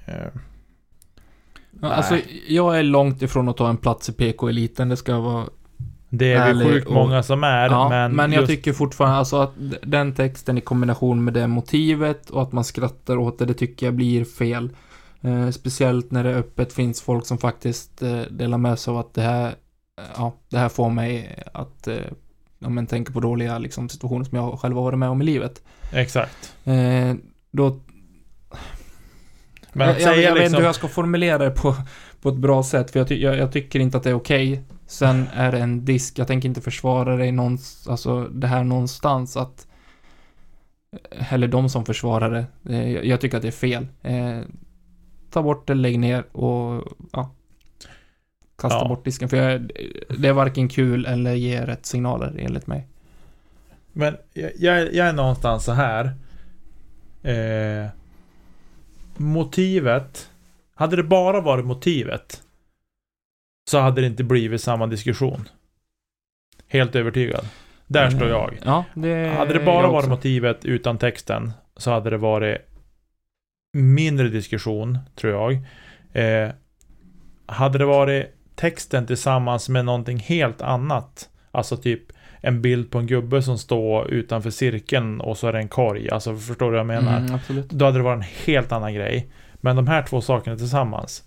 alltså jag är långt ifrån att ta en plats i PK-eliten. Det ska vara det är vi sjukt många som är. Men jag tycker fortfarande alltså att den texten i kombination med det motivet och att man skrattar åt det tycker jag blir fel. Speciellt när det öppet finns folk som faktiskt delar med sig av att det här får mig att tänka på dåliga liksom, situationer som jag själv har varit med om i livet. Exakt. Då men jag vet inte hur jag ska formulera det på ett bra sätt, för jag tycker inte att det är okej. Sen är det en disk, jag tänker inte försvara dig alltså det här någonstans att eller de som försvarar det, jag tycker att det är fel. Ta bort det, lägg ner och kasta bort disken, för det är varken kul eller ger rätt signaler enligt mig. Men jag är någonstans så här. Motivet, hade det bara varit motivet så hade det inte blivit samma diskussion. Helt övertygad. Där står jag. Ja, hade det bara varit motivet utan texten så hade det varit mindre diskussion, tror jag. Hade det varit texten tillsammans med någonting helt annat, alltså typ en bild på en gubbe som står utanför cirkeln och så är det en korg, alltså förstår du vad jag menar? Absolut. Då hade det varit en helt annan grej. Men de här två sakerna tillsammans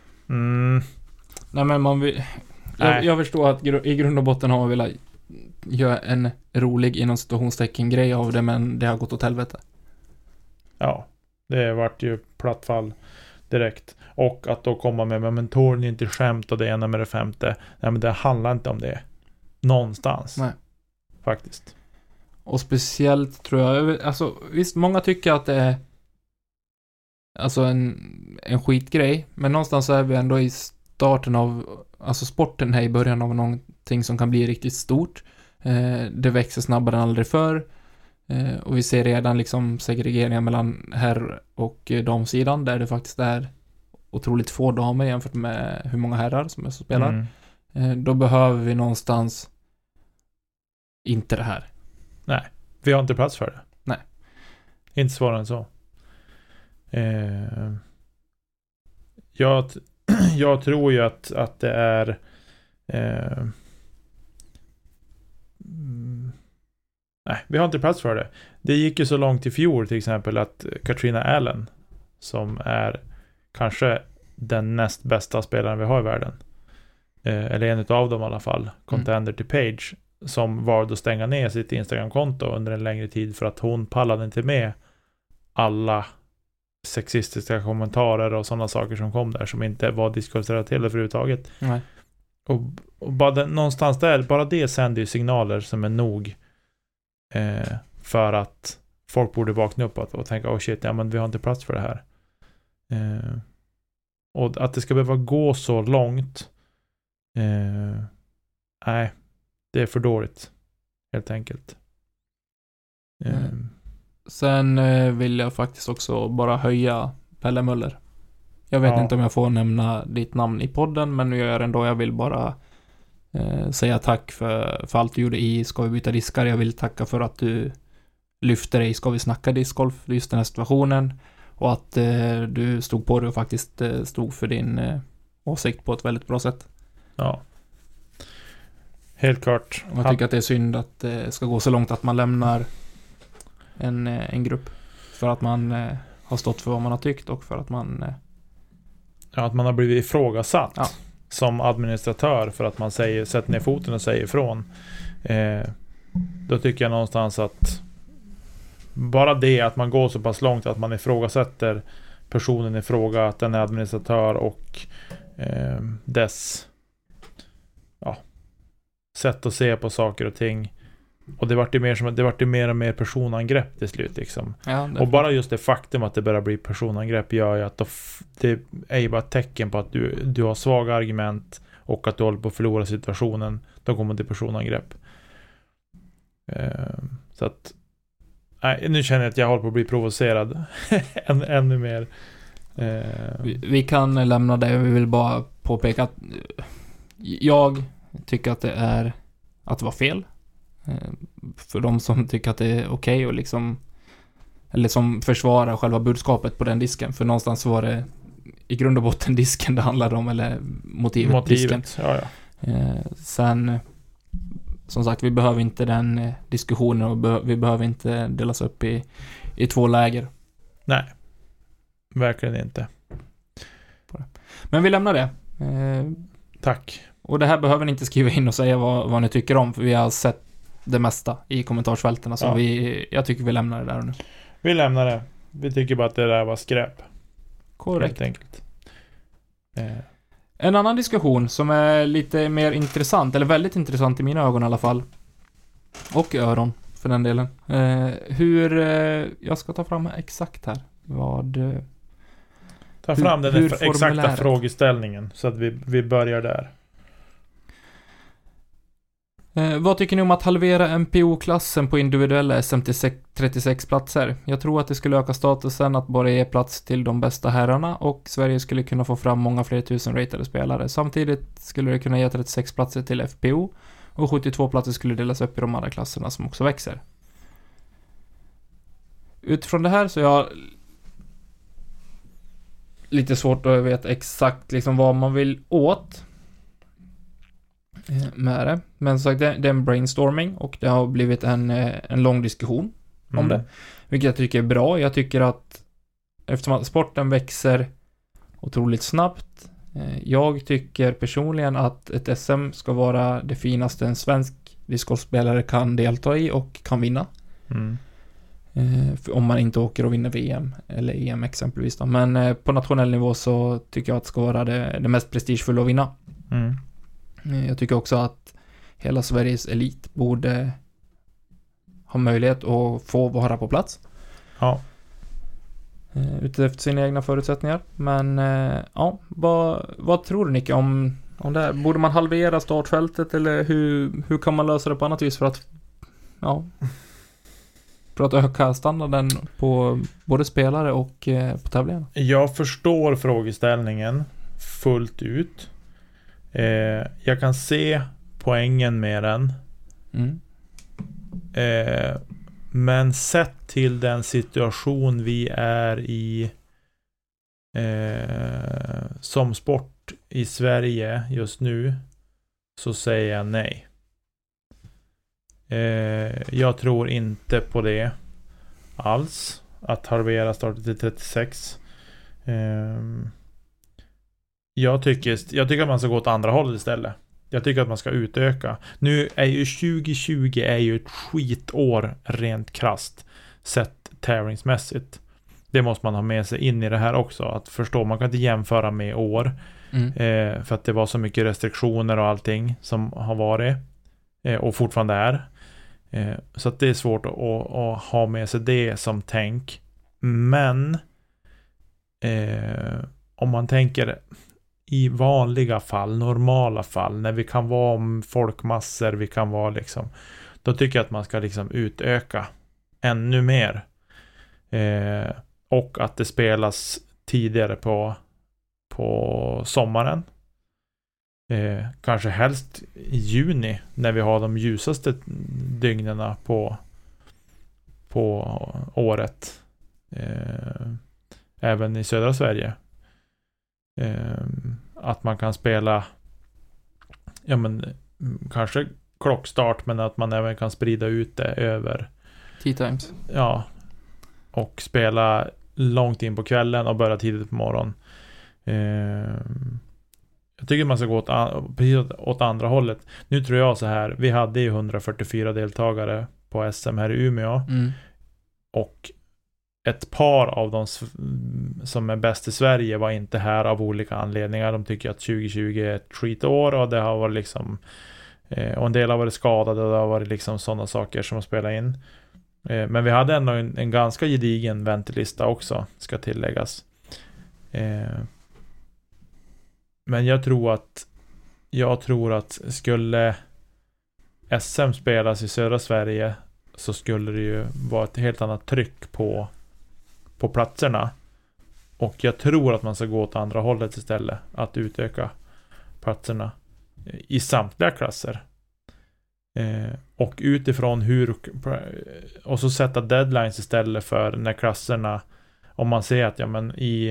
nej, men jag förstår att i grund och botten har man velat göra en rolig inom situationstecken grej av det, men det har gått åt helvete. Ja, det vart ju plattfall direkt. Och att då komma med men tål inte skämt och det ena med det femte. Nej, men det handlar inte om det. Någonstans. Nej. Faktiskt. Och speciellt tror jag, alltså visst, många tycker att det är alltså en skitgrej, men någonstans är vi ändå i starten av alltså sporten här i början av någon någonting som kan bli riktigt stort. Det växer snabbare än aldrig förr. Och vi ser redan liksom segregeringen mellan herr- och damsidan, där det faktiskt är otroligt få damer jämfört med hur många herrar som spelar. Då behöver vi någonstans inte det här. Nej, vi har inte plats för det. Nej. Inte svårare än så. Jag tror ju att det är nej, vi har inte plats för det. Det gick ju så långt i fjol till exempel att Katrina Allen, som är kanske den näst bästa spelaren vi har i världen, eller en av dem i alla fall, contender till Page, som valde att stänga ner sitt Instagram-konto under en längre tid för att hon pallade inte med alla sexistiska kommentarer och sådana saker som kom där, som inte var diskusrelaterade överhuvudtaget. Nej. Och bara någonstans där, bara det sänder ju signaler som är nog för att folk borde vakna upp och tänka, oh shit, ja, men vi har inte plats för det här. Och att det ska behöva gå så långt, nej, det är för dåligt, helt enkelt. Sen vill jag faktiskt också bara höja Pelle Möller. Jag vet inte om jag får nämna ditt namn i podden, men nu gör jag det ändå. Jag vill bara säga tack för allt du gjorde i Ska vi byta diskar. Jag vill tacka för att du lyfter dig i Ska vi snacka discgolf, just den här situationen, och att du stod på det och faktiskt stod för din åsikt på ett väldigt bra sätt. Ja. Helt klart. Och jag tycker att det är synd att det ska gå så långt att man lämnar en grupp för att man har stått för vad man har tyckt, och för att man att man har blivit ifrågasatt som administratör för att man sätter ner foten och säger ifrån. Då tycker jag någonstans att bara det att man går så pass långt att man ifrågasätter personen i fråga, att den är administratör och dess sätt att se på saker och ting. Och det vart ju mer och mer personangrepp till slut liksom. Ja, och bara just det faktum att det börjar bli personangrepp gör ju att det är ju bara ett tecken på att du har svaga argument och att du håller på att förlora situationen. Då kommer det personangrepp. Så att nu känner jag att jag håller på att bli provocerad ännu mer. Vi kan lämna det. Vi vill bara påpeka att jag tycker att det var fel. För de som tycker att det är okej och liksom, eller som försvarar själva budskapet på den disken, för någonstans var det i grund och botten disken det handlade om, eller motivet. Disken. Ja. Sen som sagt, vi behöver inte den diskussionen, och vi behöver inte delas upp i två läger. Nej, verkligen inte. Men vi lämnar det. Tack. Och det här behöver ni inte skriva in och säga vad ni tycker om, för vi har sett det mesta i kommentarsfälten. Så jag tycker vi lämnar det där nu. Vi lämnar det. Vi tycker bara att det där var skräp. Korrekt. Helt enkelt. En annan diskussion som är lite mer intressant, eller väldigt intressant i mina ögon i alla fall, och öron för den delen. Jag ska ta fram exakt här. Ta fram den exakta frågeställningen så att vi börjar där. Vad tycker ni om att halvera MPO-klassen på individuella SM till 36 platser? Jag tror att det skulle öka statusen att bara ge plats till de bästa herrarna, och Sverige skulle kunna få fram många fler tusen ratade spelare. Samtidigt skulle det kunna ge 36 platser till FPO, och 72 platser skulle delas upp i de andra klasserna som också växer. Utifrån det här så är jag lite svårt att veta exakt liksom vad man vill åt med det. Men så sagt, det är en brainstorming, och det har blivit en lång diskussion om det. Vilket jag tycker är bra. Jag tycker att eftersom att sporten växer otroligt snabbt, jag tycker personligen att ett SM ska vara det finaste en svensk discgolfspelare kan delta i och kan vinna. Om man inte åker och vinner VM eller EM exempelvis då. Men på nationell nivå så tycker jag att det ska vara det mest prestigefulla att vinna. Jag tycker också att hela Sveriges elit borde ha möjlighet att få vara på plats. Ja. Utifrån sina egna förutsättningar. Men vad tror du, Nicke, om Om det, borde man halvera startfältet eller hur kan man lösa det på annat vis för att öka standarden på både spelare och på tävlingarna? Jag förstår frågeställningen fullt ut. Jag kan se poängen med den. Men sett till den situation vi är i som sport i Sverige just nu, så säger jag nej. Jag tror inte på det alls, att halvera startet till 36. Jag tycker att man ska gå åt andra hållet istället. Jag tycker att man ska utöka. Nu är ju 2020 är ju ett skitår rent krasst sett tävlingsmässigt. Det måste man ha med sig in i det här också. Att förstå, man kan inte jämföra med år. För att det var så mycket restriktioner och allting som har varit. Och fortfarande är. Så att det är svårt att ha med sig det som tänk. Men om man tänker i vanliga fall, normala fall, när vi kan vara om folkmassor, vi kan vara liksom, då tycker jag att man ska liksom utöka ännu mer. Och att det spelas tidigare på sommaren. Kanske helst i juni, när vi har de ljusaste dygnerna på året. Även i södra Sverige. Att man kan spela kanske klockstart, men att man även kan sprida ut det över tea times. Ja. Och spela långt in på kvällen och börja tidigt på morgonen. Jag tycker man ska gå åt andra hållet. Nu tror jag så här, vi hade ju 144 deltagare på SM här i Umeå. Och ett par av de som är bäst i Sverige var inte här av olika anledningar. De tycker att 2020 är ett skitår, och det har varit liksom och en del har varit skadade, och det har varit liksom sådana saker som har spelat in. Men vi hade ändå en ganska gedigen väntelista också, ska tilläggas. Men jag tror att skulle SM spelas i södra Sverige, så skulle det ju vara ett helt annat tryck på platserna. Och jag tror att man ska gå åt andra hållet istället, att utöka platserna i samtliga klasser. Och utifrån och så sätta deadlines istället för när klasserna, om man ser att i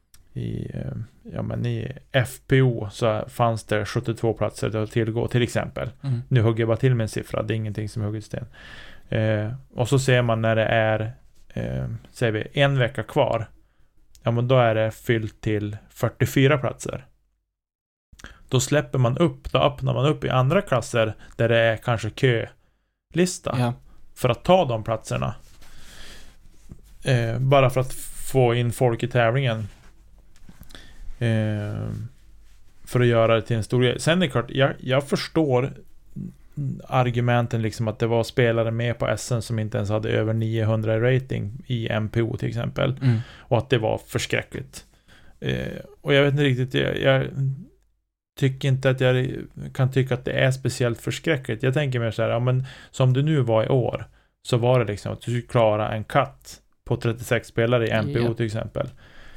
FPO så fanns det 72 platser att tillgå till exempel. Nu hugger jag bara till med en siffra, det är ingenting som hugger sten. Och så ser man när det är säger vi en vecka kvar, men då är det fyllt till 44 platser. Då släpper man upp, då öppnar man upp i andra klasser där det är kanske kölista för att ta de platserna. Bara för att få in folk i tävlingen. För att göra det till en stor grej. Sen är det klart, jag förstår argumenten liksom, att det var spelare med på SM som inte ens hade över 900 rating i MPO till exempel. Och att det var förskräckligt. Och jag vet inte riktigt, jag tycker inte att jag kan tycka att det är speciellt förskräckligt. Jag tänker mer så här, men som det nu var i år, så var det liksom att du skulle klara en cut på 36 spelare i MPO till exempel.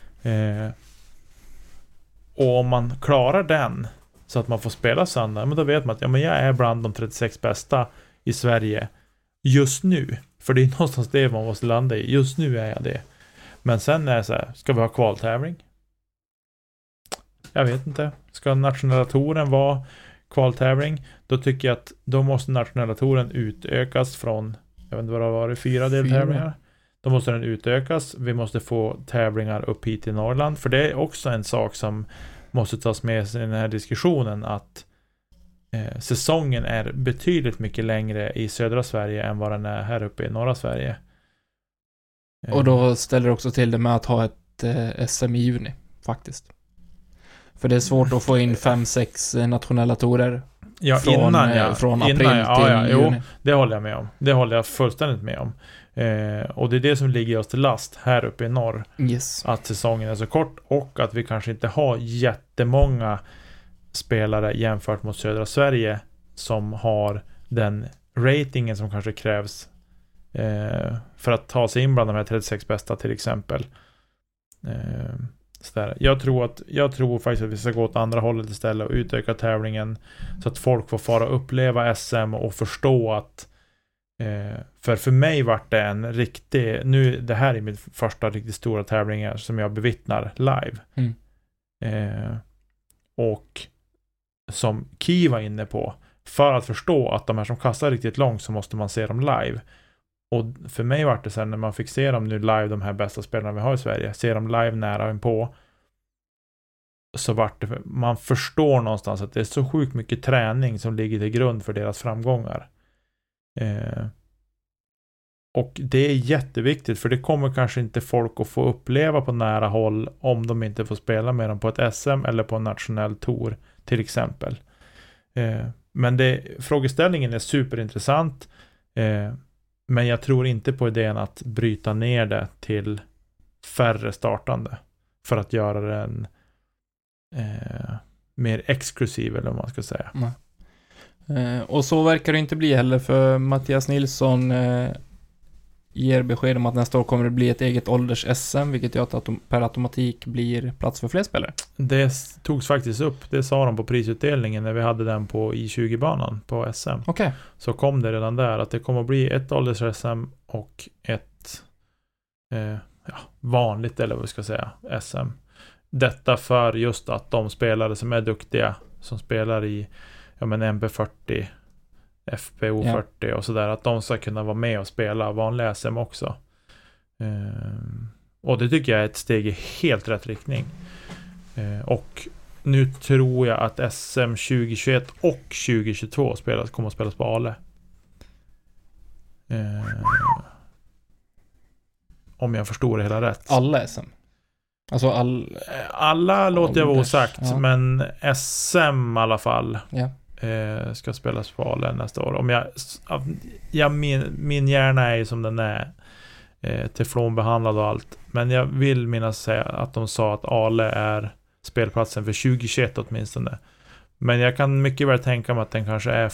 Och om man klarar den så att man får spela söndag, men då vet man att jag är bland de 36 bästa i Sverige just nu. För det är någonstans det man måste landa i. Just nu är jag det. Men sen är det så här, ska vi ha kvaltävling? Jag vet inte. Ska nationella touren vara kvaltävling? Då tycker jag att då måste nationella touren utökas från, jag vet inte vad det var, 4 deltävlingar. Då måste den utökas. Vi måste få tävlingar upp hit i Norrland. För det är också en sak som måste tas med i den här diskussionen, att säsongen är betydligt mycket längre i södra Sverige än vad den är här uppe i norra Sverige. Och då ställer det också till det med att ha ett SM i juni faktiskt. För det är svårt att få in 5-6 nationella tourer från april till juni. Jo, det håller jag med om. Det håller jag fullständigt med om. Och det är det som ligger oss till last här uppe i norr. Yes. Att säsongen är så kort, och att vi kanske inte har jättemånga spelare jämfört mot södra Sverige som har den ratingen som kanske krävs för att ta sig in bland de här 36 bästa till exempel. Jag tror faktiskt att vi ska gå åt andra hållet istället och utöka tävlingen så att folk får fara och uppleva SM och förstå att för mig vart det en riktig, nu det här är min första riktigt stora tävlingar som jag bevittnar live. Och som Ki var inne på, för att förstå att de här som kastar riktigt långt så måste man se dem live. Och för mig var det sen när man fick se dem nu live, de här bästa spelarna vi har i Sverige, se dem live nära på, så vart det, man förstår någonstans att det är så sjukt mycket träning som ligger till grund för deras framgångar. Och det är jätteviktigt, för det kommer kanske inte folk att få uppleva på nära håll om de inte får spela med dem på ett SM eller på en nationell tour till exempel. Men frågeställningen är superintressant, men jag tror inte på idén att bryta ner det till färre startande för att göra den mer exklusiv, eller vad man ska säga. Och så verkar det inte bli heller, för Mattias Nilsson ger besked om att nästa år kommer det bli ett eget ålders-SM, vilket gör att per automatik blir plats för fler spelare. Det togs faktiskt upp, det sa de på prisutdelningen när vi hade den på I20-banan på SM. Okay. Så kom det redan där att det kommer att bli ett ålders-SM och ett vanligt, eller vad vi ska säga, SM. Detta för just att de spelare som är duktiga, som spelar i MP40, FPO40 och sådär, att de ska kunna vara med och spela vanliga SM också. Och det tycker jag är ett steg i helt rätt riktning. Och nu tror jag att SM 2021 och 2022 kommer att spelas på Ale. Om jag förstår det hela rätt. Alla SM? Alltså alla låter jag vara osagt, men SM i alla fall. Ja. Ska spelas på Ale nästa år. Min hjärna är som den är, teflonbehandlad och allt, men jag vill minnas säga att de sa att Ale är spelplatsen för 2021 åtminstone, men jag kan mycket väl tänka mig att den kanske är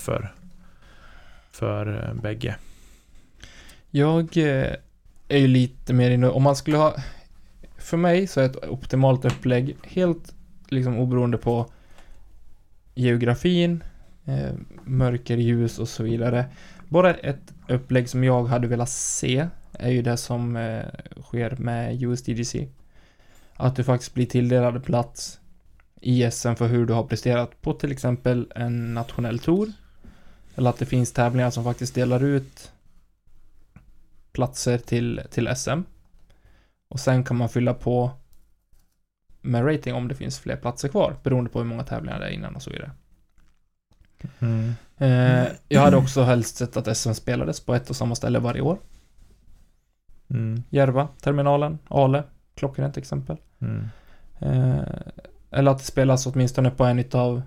för bägge. Jag är ju lite mer inne, om man skulle ha, för mig så är ett optimalt upplägg helt liksom oberoende på geografin, mörker, ljus och så vidare. Bara ett upplägg som jag hade velat se är ju det som sker med USDGC. Att du faktiskt blir tilldelad plats i SM för hur du har presterat på till exempel en nationell tour. Eller att det finns tävlingar som faktiskt delar ut platser till SM. Och sen kan man fylla på med rating om det finns fler platser kvar, beroende på hur många tävlingar det är innan och så vidare. Jag hade också helst sett att SM spelades på ett och samma ställe varje år. Järva, terminalen, Ale, klockrent exempel. Eller att det spelas åtminstone på en utav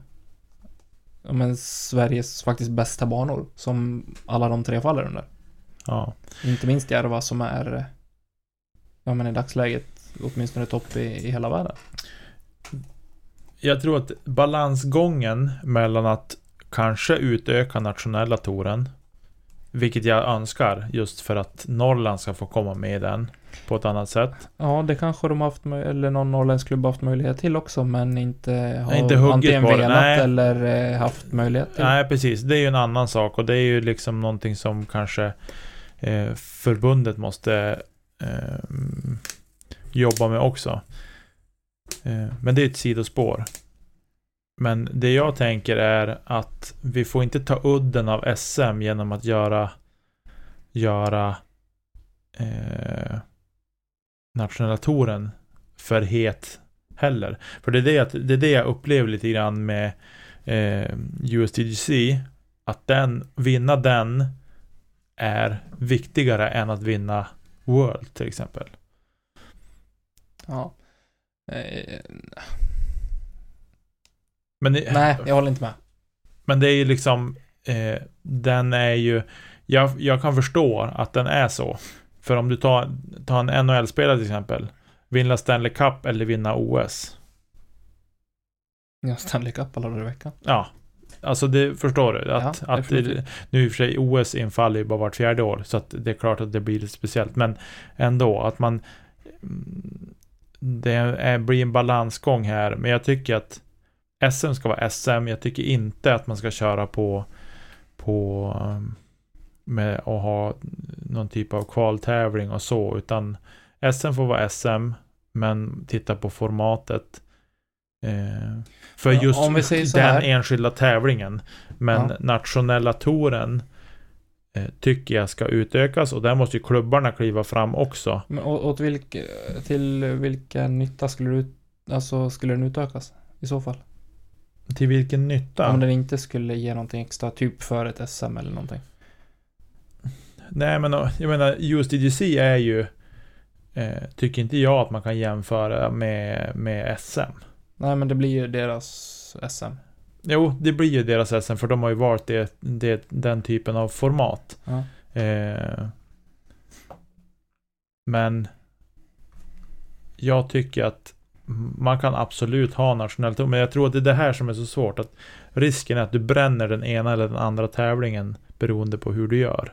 Sveriges faktiskt bästa banor, som alla de tre faller under. Ja. Inte minst Järva som är i dagsläget åtminstone topp i hela världen. Jag tror att balansgången mellan att kanske utöka nationella touren, vilket jag önskar just för att Norrland ska få komma med i den på ett annat sätt. Ja, det kanske de haft, eller någon norrländsk haft möjlighet till också, men inte har antingen velat eller haft möjlighet till. Nej, precis. Det är ju en annan sak, och det är ju liksom någonting som kanske förbundet måste jobba med också. Men det är ett sidospår. Men det jag tänker är att vi får inte ta udden av SM genom att göra nationella touren för het heller. För det är det jag upplever lite grann med USDGC, att vinna den är viktigare än att vinna World till exempel. Ja. Nej, jag håller inte med. Men det är ju liksom den är ju, jag kan förstå att den är så. För om du tar en NHL-spelare till exempel, vinna Stanley Cup eller vinna OS, Ja, Stanley Cup alla dagar i veckan. Ja, alltså det förstår du. Att nu i och för sig OS infaller ju bara vart 4:e år, så att det är klart att det blir lite speciellt. Men ändå, att man blir en balansgång här. Men jag tycker att SM ska vara SM. Jag tycker inte att man ska köra på med att ha någon typ av kvaltävling och så, utan SM får vara SM, men titta på formatet för just om vi säger så den här, enskilda tävlingen. Men nationella touren tycker jag ska utökas, och där måste ju klubbarna kliva fram också. Men till vilken nytta skulle den utökas i så fall? Till vilken nytta? Om den inte skulle ge någonting extra, typ för ett SM eller någonting. Nej, men jag menar, USDGC är ju tycker inte jag att man kan jämföra med SM. Nej, men det blir ju deras SM. Jo, det blir ju deras SM, för de har ju valt den typen av format. Ja. Men jag tycker att man kan absolut ha nationell tour, men jag tror att det är det här som är så svårt, att risken är att du bränner den ena eller den andra tävlingen beroende på hur du gör.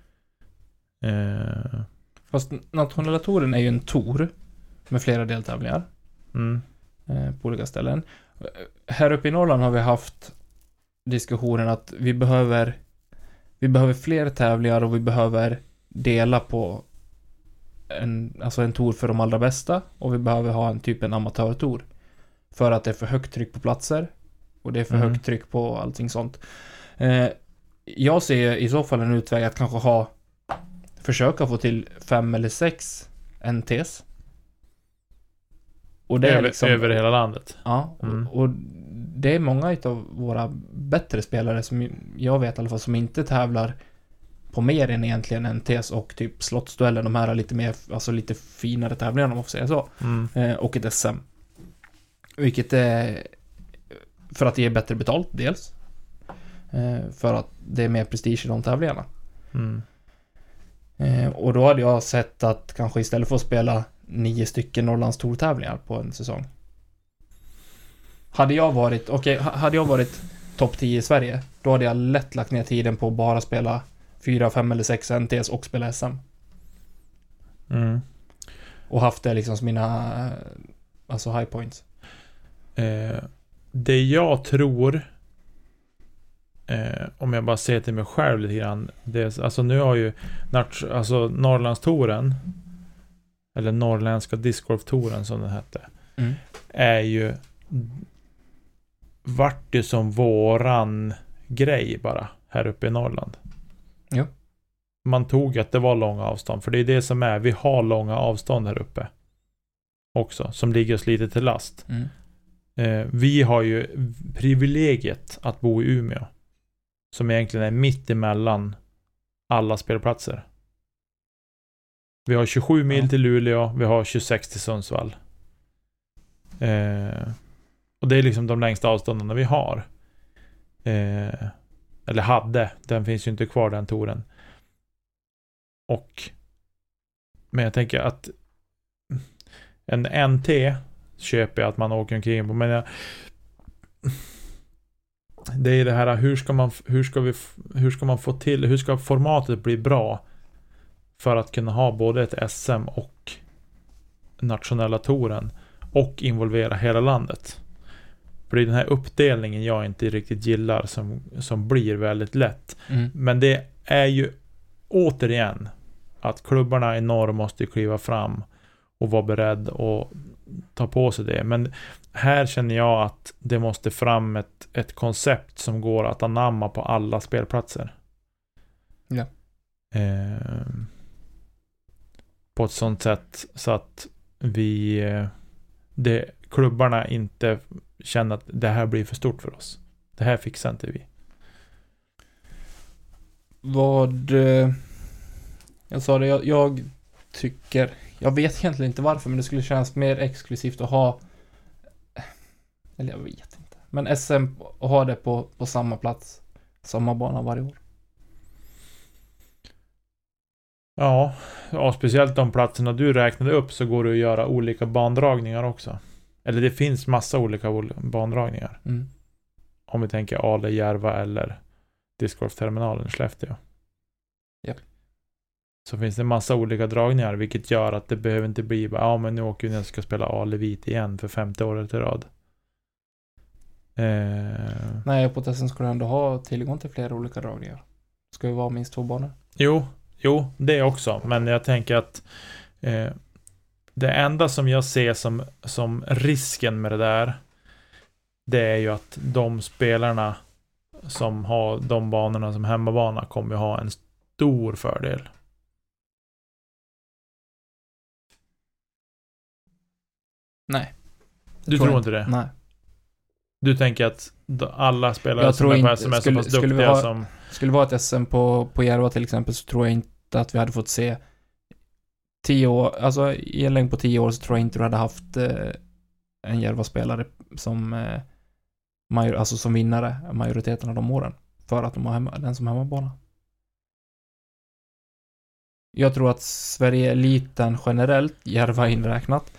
Fast nationella touren är ju en tour med flera deltävlingar på olika ställen. Här uppe i Norrland har vi haft diskussionen att vi behöver fler tävlingar, och vi behöver dela på en tour för de allra bästa, och vi behöver ha en amatörtour för att det är för högt tryck på platser och det är för högt tryck på allting sånt. Jag ser i så fall en utväg att kanske försöka få till 5 eller 6 NTs. Och det är över hela landet. Ja, och det är många av våra bättre spelare som jag vet i alla fall som inte tävlar på mer än egentligen NTs och typ slottsduellen, de här lite mer, alltså lite finare tävlingar om man får säga så. Och ett SM. Vilket är för att det är bättre betalt dels. För att det är mer prestige i de tävlingarna. Och då hade jag sett att kanske istället för att spela 9 stycken Norrlands Tour-tävlingar på en säsong. Hade jag varit topp 10 i Sverige, då hade jag lätt lagt ner tiden på att bara spela 4, 5 eller 6 NTs och spela SM. Och haft det liksom som mina high points. Det jag tror, om jag bara ser till mig själv lite grann, nu har ju Norrlandstouren, eller norrländska discgolftouren som den hette, är ju vart det som våran grej bara här uppe i Norrland. Ja. Man tog att det var långa avstånd, för det är det som är, vi har långa avstånd här uppe också, som ligger oss lite till last. Vi har ju privilegiet att bo i Umeå, som egentligen är mitt emellan alla spelplatser. Vi har 27 mil till Luleå, vi har 26 till Sundsvall. Och det är liksom de längsta avstånden vi har. Eller hade, den finns ju inte kvar, den touren. Men jag tänker att en NT köper jag att man åker omkring på, men det är det här, hur ska formatet bli bra för att kunna ha både ett SM och nationella touren och involvera hela landet. För det är den här uppdelningen jag inte riktigt gillar som blir väldigt lätt. Men det är ju återigen att klubbarna i norr måste kliva fram och vara beredd och ta på sig det. Men här känner jag att det måste fram ett koncept som går att anamma på alla spelplatser. Ja. På ett sånt sätt så att klubbarna inte känner att det här blir för stort för oss. Det här fixar inte vi. Jag sa det, jag tycker, jag vet egentligen inte varför, men det skulle kännas mer exklusivt att ha, eller jag vet inte, men SM och ha det på samma plats, samma bana varje år. Ja, speciellt de platserna du räknade upp, så går det att göra olika bandragningar också. eller det finns massa olika bandragningar. Om vi tänker Ale, Järva eller discgolfterminalen i Skellefteå. Ja. Så finns det massa olika dragningar, vilket gör att det behöver inte bli men nu åker vi när jag ska spela Ale Vit igen för 50 året i rad. Nej, på testen ska du ändå ha tillgång till flera olika dragningar. Ska ju vara minst 2 banor. Jo, det också. Men jag tänker att det enda som jag ser som risken med det där, det är ju att de spelarna som har de banorna som hemmabana kommer ha en stor fördel. Nej. Du tror inte det? Nej. Du tänker att alla spelare som är på SM är så pass duktiga som... Skulle vi ha ett SM på Järva till exempel, så tror jag inte att vi hade fått se 10 år, alltså i en längd på 10 år så tror jag inte du hade haft en Järva-spelare som som vinnare majoriteten av de åren, för att de har den som hemmabana. Jag tror att Sverige-eliten generellt, Järva inräknat,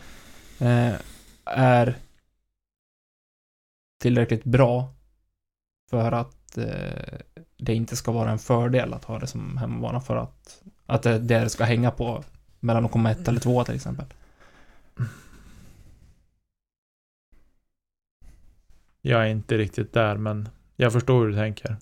är tillräckligt bra för att det inte ska vara en fördel att ha det som hemmabana, för att det ska hänga på mellan att komma 1 eller 2 till exempel. Jag är inte riktigt där, men jag förstår hur du tänker.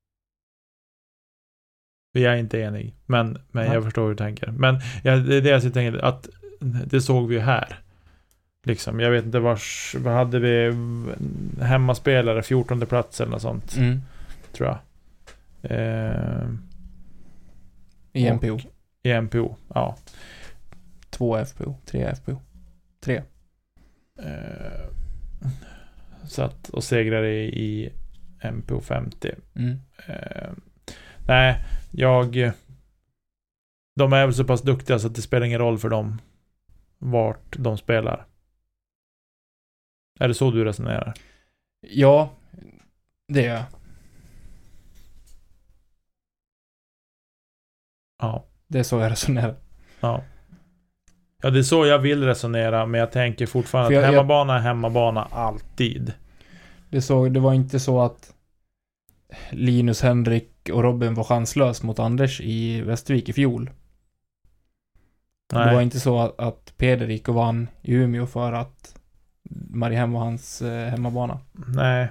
Vi är inte enig, men jag förstår hur du tänker. Men det är det jag tänker, att det såg vi ju här. Liksom, jag vet inte vad hade vi hemmaspelare 14:e plats eller något sånt. Tror jag. I MPO. I MPO, ja. 2 FPO, 3 FPO. 3. Så att, och segrar i MPO 50. Nej, de är väl så pass duktiga så att det spelar ingen roll för dem vart de spelar. Är det så du resonerar? Ja, det är jag. Ja. Det är så jag resonerar. Ja, det är så jag vill resonera, men jag tänker fortfarande att hemmabana är hemmabana alltid. Det var inte så att Linus, Henrik och Robin var chanslös mot Anders i Västervik i fjol. Nej. Det var inte så att Peder gick och vann i Umeå för att Mariehem var hans hemmabana. Nej.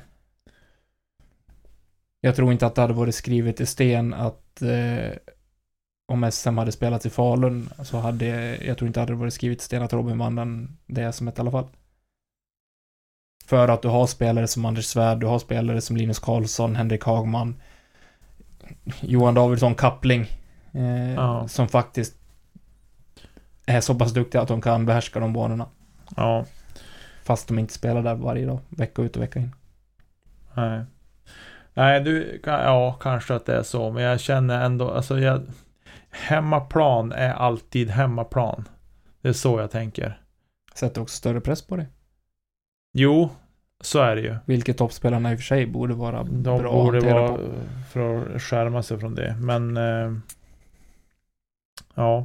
Jag tror inte att det hade varit skrivet i sten att om SM hade spelat i Falun så jag tror inte att det hade varit skrivet i sten att Robin vann det som ett i alla fall. För att du har spelare som Anders Svärd, du har spelare som Linus Karlsson, Henrik Hagman, Johan Davidsson, Kappling, som faktiskt är så pass duktiga att de kan behärska de banorna. Ja. Fast de inte spelar där varje dag, vecka ut och vecka in. Nej, kanske att det är så, men jag känner ändå, alltså hemmaplan är alltid hemmaplan. Det är så jag tänker. Sätter också större press på det. Jo, så är det ju. Vilket toppspelarna i och för sig borde vara de bra borde vara på. För att skärma sig från det. Men ja.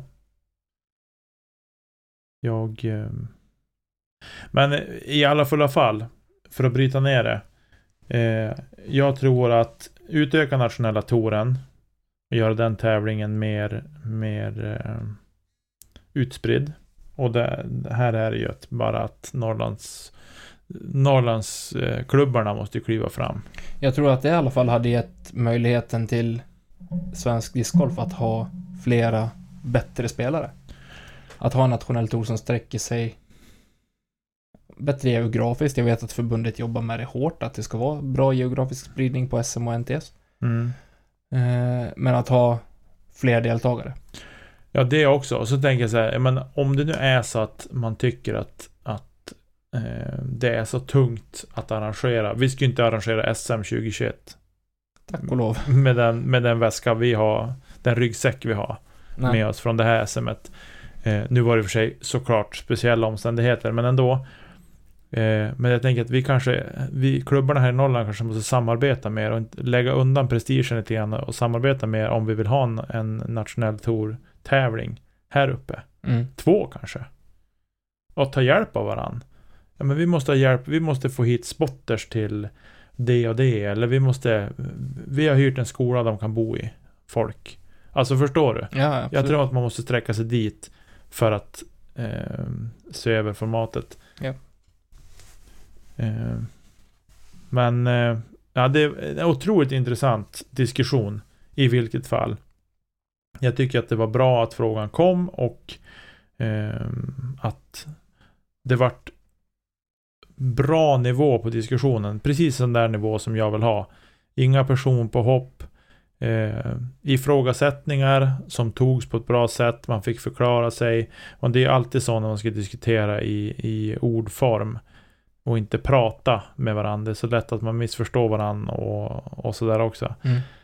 Men i alla fulla fall, för att bryta ner det, jag tror att utöka nationella touren och göra den tävlingen mer utspridd. Och det här är ju bara att Norrlands klubbarna måste kliva fram. Jag tror att det i alla fall hade gett möjligheten till svensk discgolf att ha flera bättre spelare. Att ha en nationell tour som sträcker sig bättre geografiskt. Jag vet att förbundet jobbar med det hårt, att det ska vara bra geografisk spridning på SM och NTS. Men att ha fler deltagare. Ja, det också. Och så tänker jag så här, men om det nu är så att man tycker att det är så tungt att arrangera. Vi ska ju inte arrangera SM 2021. Tack och lov. Med den väska vi har, den ryggsäck vi har med oss från det här SM:et. Nu var det för sig såklart speciella omständigheter, men ändå. Men jag tänker att vi klubbarna här i Norrland kanske måste samarbeta mer och lägga undan prestigen lite grann och samarbeta mer om vi vill ha en nationell tour-tävling här uppe. 2 kanske. Och ta hjälp av varann. ja, men vi måste ha hjälp, vi måste få hit spotters till det och det, eller vi har hyrt en skola de kan bo i, folk. Alltså förstår du? Ja, absolut. Jag tror att man måste sträcka sig dit för att se över formatet. Ja. Men ja, det är en otroligt intressant diskussion i vilket fall. Jag tycker att det var bra att frågan kom och att det vart bra nivå på diskussionen. Precis den där nivå som jag vill ha. Inga personpåhopp, ifrågasättningar som togs på ett bra sätt. Man fick förklara sig. Och det är alltid så när man ska diskutera i ordform och inte prata med varandra. Det är så lätt att man missförstår varandra och sådär också.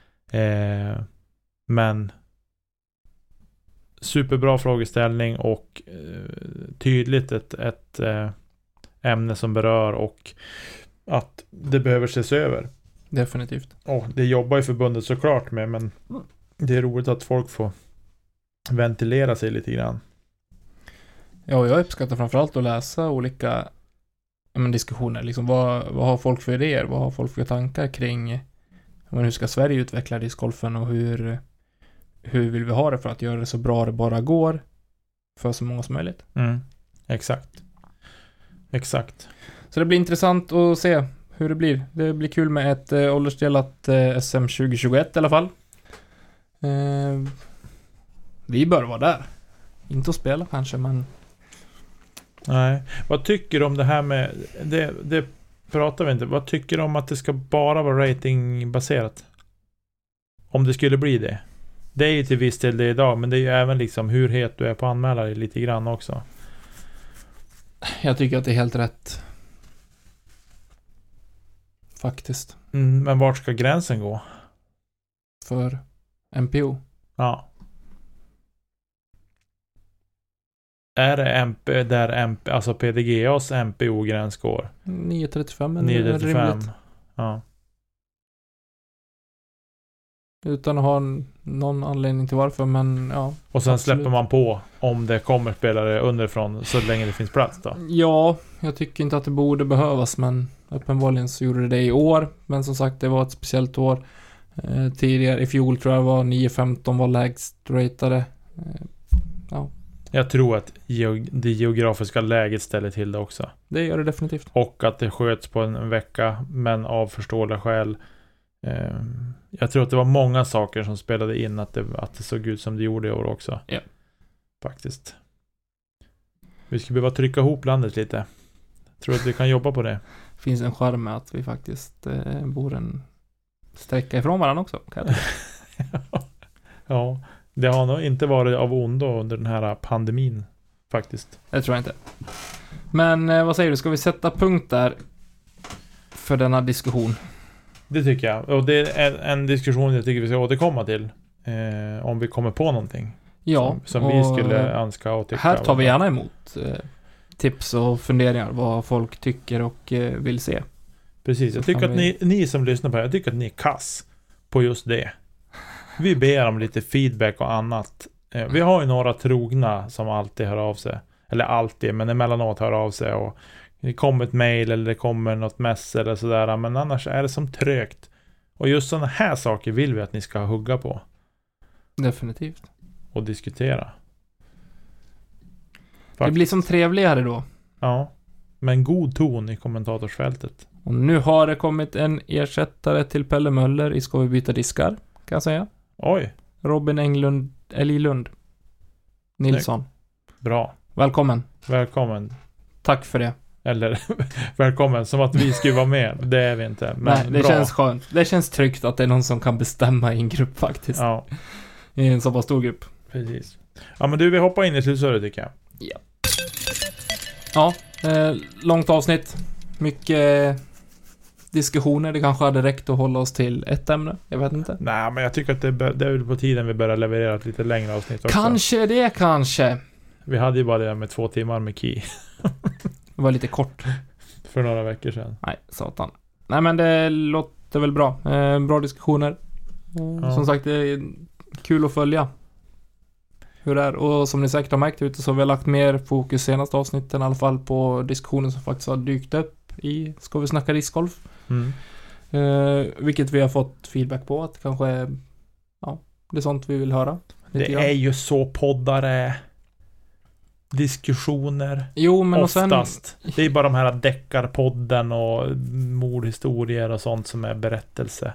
Men superbra frågeställning och tydligt ett ämne som berör och att det behöver ses över. Definitivt. Och det jobbar ju förbundet såklart med, men det är roligt att folk får ventilera sig lite grann. Ja, jag uppskattar framförallt att läsa olika diskussioner. Liksom, vad har folk för idéer? Vad har folk för tankar kring hur ska Sverige utveckla discgolfen och hur vill vi ha det för att göra det så bra det bara går för så många som möjligt. Exakt. Så det blir intressant att se hur det blir. Det blir kul med ett åldersdelat SM 2021 i alla fall. Vi bör vara där. Inte att spela kanske, men... Nej. Vad tycker du om det här med... Det pratar vi inte. Vad tycker du om att det ska bara vara ratingbaserat? Om det skulle bli det. Det är ju till viss del det idag, men det är ju även liksom hur het du är på anmälare lite grann också. Jag tycker att det är helt rätt. Faktiskt. Men vart ska gränsen gå? För MPO? Ja. Är det MP där alltså PDGAs MPO-gräns går? 9.35 9.35. rimligt. Ja. Utan att ha någon anledning till varför, men ja. Och sen absolut. släpper man på om det kommer spelare underifrån så länge det finns plats då? Ja, jag tycker inte att det borde behövas, men uppenbarligen så gjorde det i år. Men som sagt, det var ett speciellt år. Tidigare, i fjol tror jag var 9.15 var lägst ratade. Ja. Jag tror att det geografiska läget ställer till det också. Det gör det definitivt. Och att det sköts på en vecka, men av förståeliga skäl. Jag tror att det var många saker som spelade in att det såg ut som det gjorde i år också. Ja. Faktiskt. Vi skulle behöva trycka ihop landet lite. Tror att vi kan jobba på det. Finns en charm med att vi faktiskt bor en sträcka ifrån varandra också, kan jag tycka. Ja, det har nog inte varit av ondo under den här pandemin faktiskt. Det tror jag inte. Men vad säger du, ska vi sätta punkt där för denna diskussion? Det tycker jag. Och det är en diskussion jag tycker vi ska återkomma till. Om vi kommer på någonting. Ja. Som vi skulle önska och tycka. Här tar vi gärna emot tips och funderingar. Vad folk tycker och vill se. Precis. Jag tycker att ni som lyssnar på det, jag tycker att ni är kass på just det. Vi ber om lite feedback och annat. Vi har ju några trogna som alltid hör av sig. Eller alltid, men emellanåt hör av sig och det kommer ett mejl eller det kommer något mess eller sådär. Men annars är det som trögt. Och just sådana här saker vill vi att ni ska hugga på. Definitivt. Och diskutera. Faktiskt. Det blir som trevligare då. Ja. Men god ton i kommentarsfältet. Och nu har det kommit en ersättare till Pelle Möller i Ska vi byta diskar, kan jag säga. Oj. Robin Elglund Nilsson. Bra. Välkommen. Tack för det. Eller välkommen, som att vi skulle vara med. Det är vi inte. Men nej, det bra. Känns skönt. Det känns tryggt att det är någon som kan bestämma i en grupp faktiskt. Ja. I en så pass stor grupp. Precis. Ja, men du, vi hoppar in i slutsöret tycker jag. Ja. Långt avsnitt. Mycket diskussioner. Det kanske hade räckt att hålla oss till ett ämne. Jag vet inte. Nej, men jag tycker att det är på tiden vi börjar leverera ett lite längre avsnitt också. Kanske. Vi hade ju bara det med 2 timmar med Key. Det var lite kort. För några veckor sedan. Nej, satan. Nej, men det låter väl bra. Bra diskussioner. Som sagt, det är kul att följa. hur det är. Och som ni säkert har märkt ute så har vi lagt mer fokus senaste avsnitten, i alla fall på diskussionen som faktiskt har dykt upp i Ska vi snacka discgolf. Vilket vi har fått feedback på att kanske det är sånt vi vill höra. Det är ju så poddare diskussioner. Jo, men oftast. Det är bara de här deckarpodden och mordhistorier och sånt som är berättelse.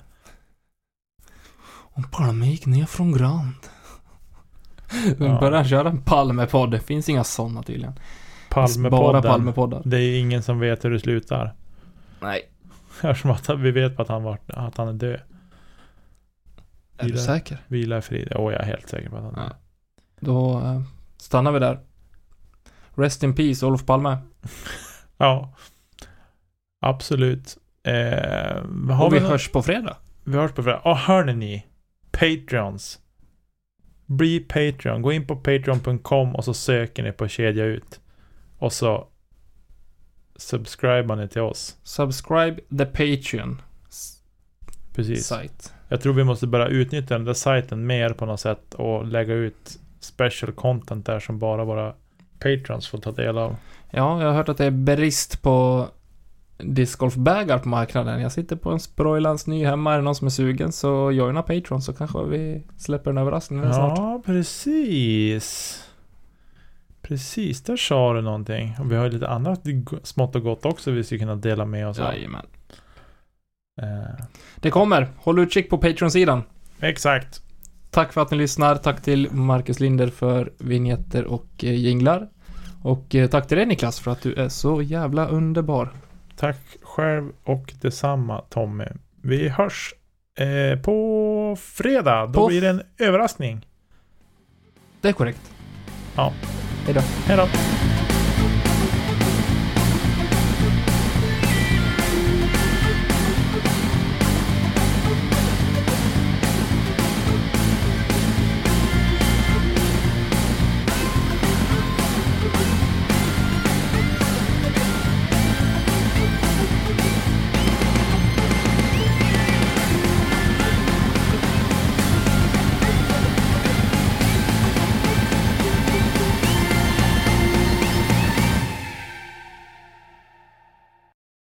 Om Palme gick ner från Grand. De börjar köra en Palmepodd. Det finns inga sådana tydligen. Bara Palmepoddar. Det är ingen som vet hur det slutar. Nej. Eftersom att vi vet att han är död. Är du säker? Vila i frid. Jag är helt säker på att han är död. Då stannar vi där. Rest in peace, Olof Palme. Ja. Absolut. Vi hörs på fredag. Vi hörs på fredag. Hörni ni. Patreons. Bli Patreon. Gå in på patreon.com och så söker ni på kedja ut. Och så subscriber ni till oss. Subscribe the Patreon. Precis. Site. Jag tror vi måste börja utnyttja den där sajten mer på något sätt och lägga ut special content där som bara våra patrons får ta del av. Ja, jag har hört att det är brist på discgolfbägar på marknaden. Jag sitter på en Sproilans ny hemma. Är det någon som är sugen så joina Patreon så kanske vi släpper en överraskning snart. Ja, precis. Precis, där sa du någonting. Och vi har lite annat smått och gott också vi ska kunna dela med oss av. Jajamän. Det kommer. Håll utkik på Patreon-sidan. Exakt. Tack för att ni lyssnar. Tack till Marcus Linder för vignetter och jinglar. Och tack till dig Niklas för att du är så jävla underbar. Tack själv och detsamma Tommy. Vi hörs på fredag. Då blir det en överraskning. Det är korrekt. Ja. Hej då. Hej då.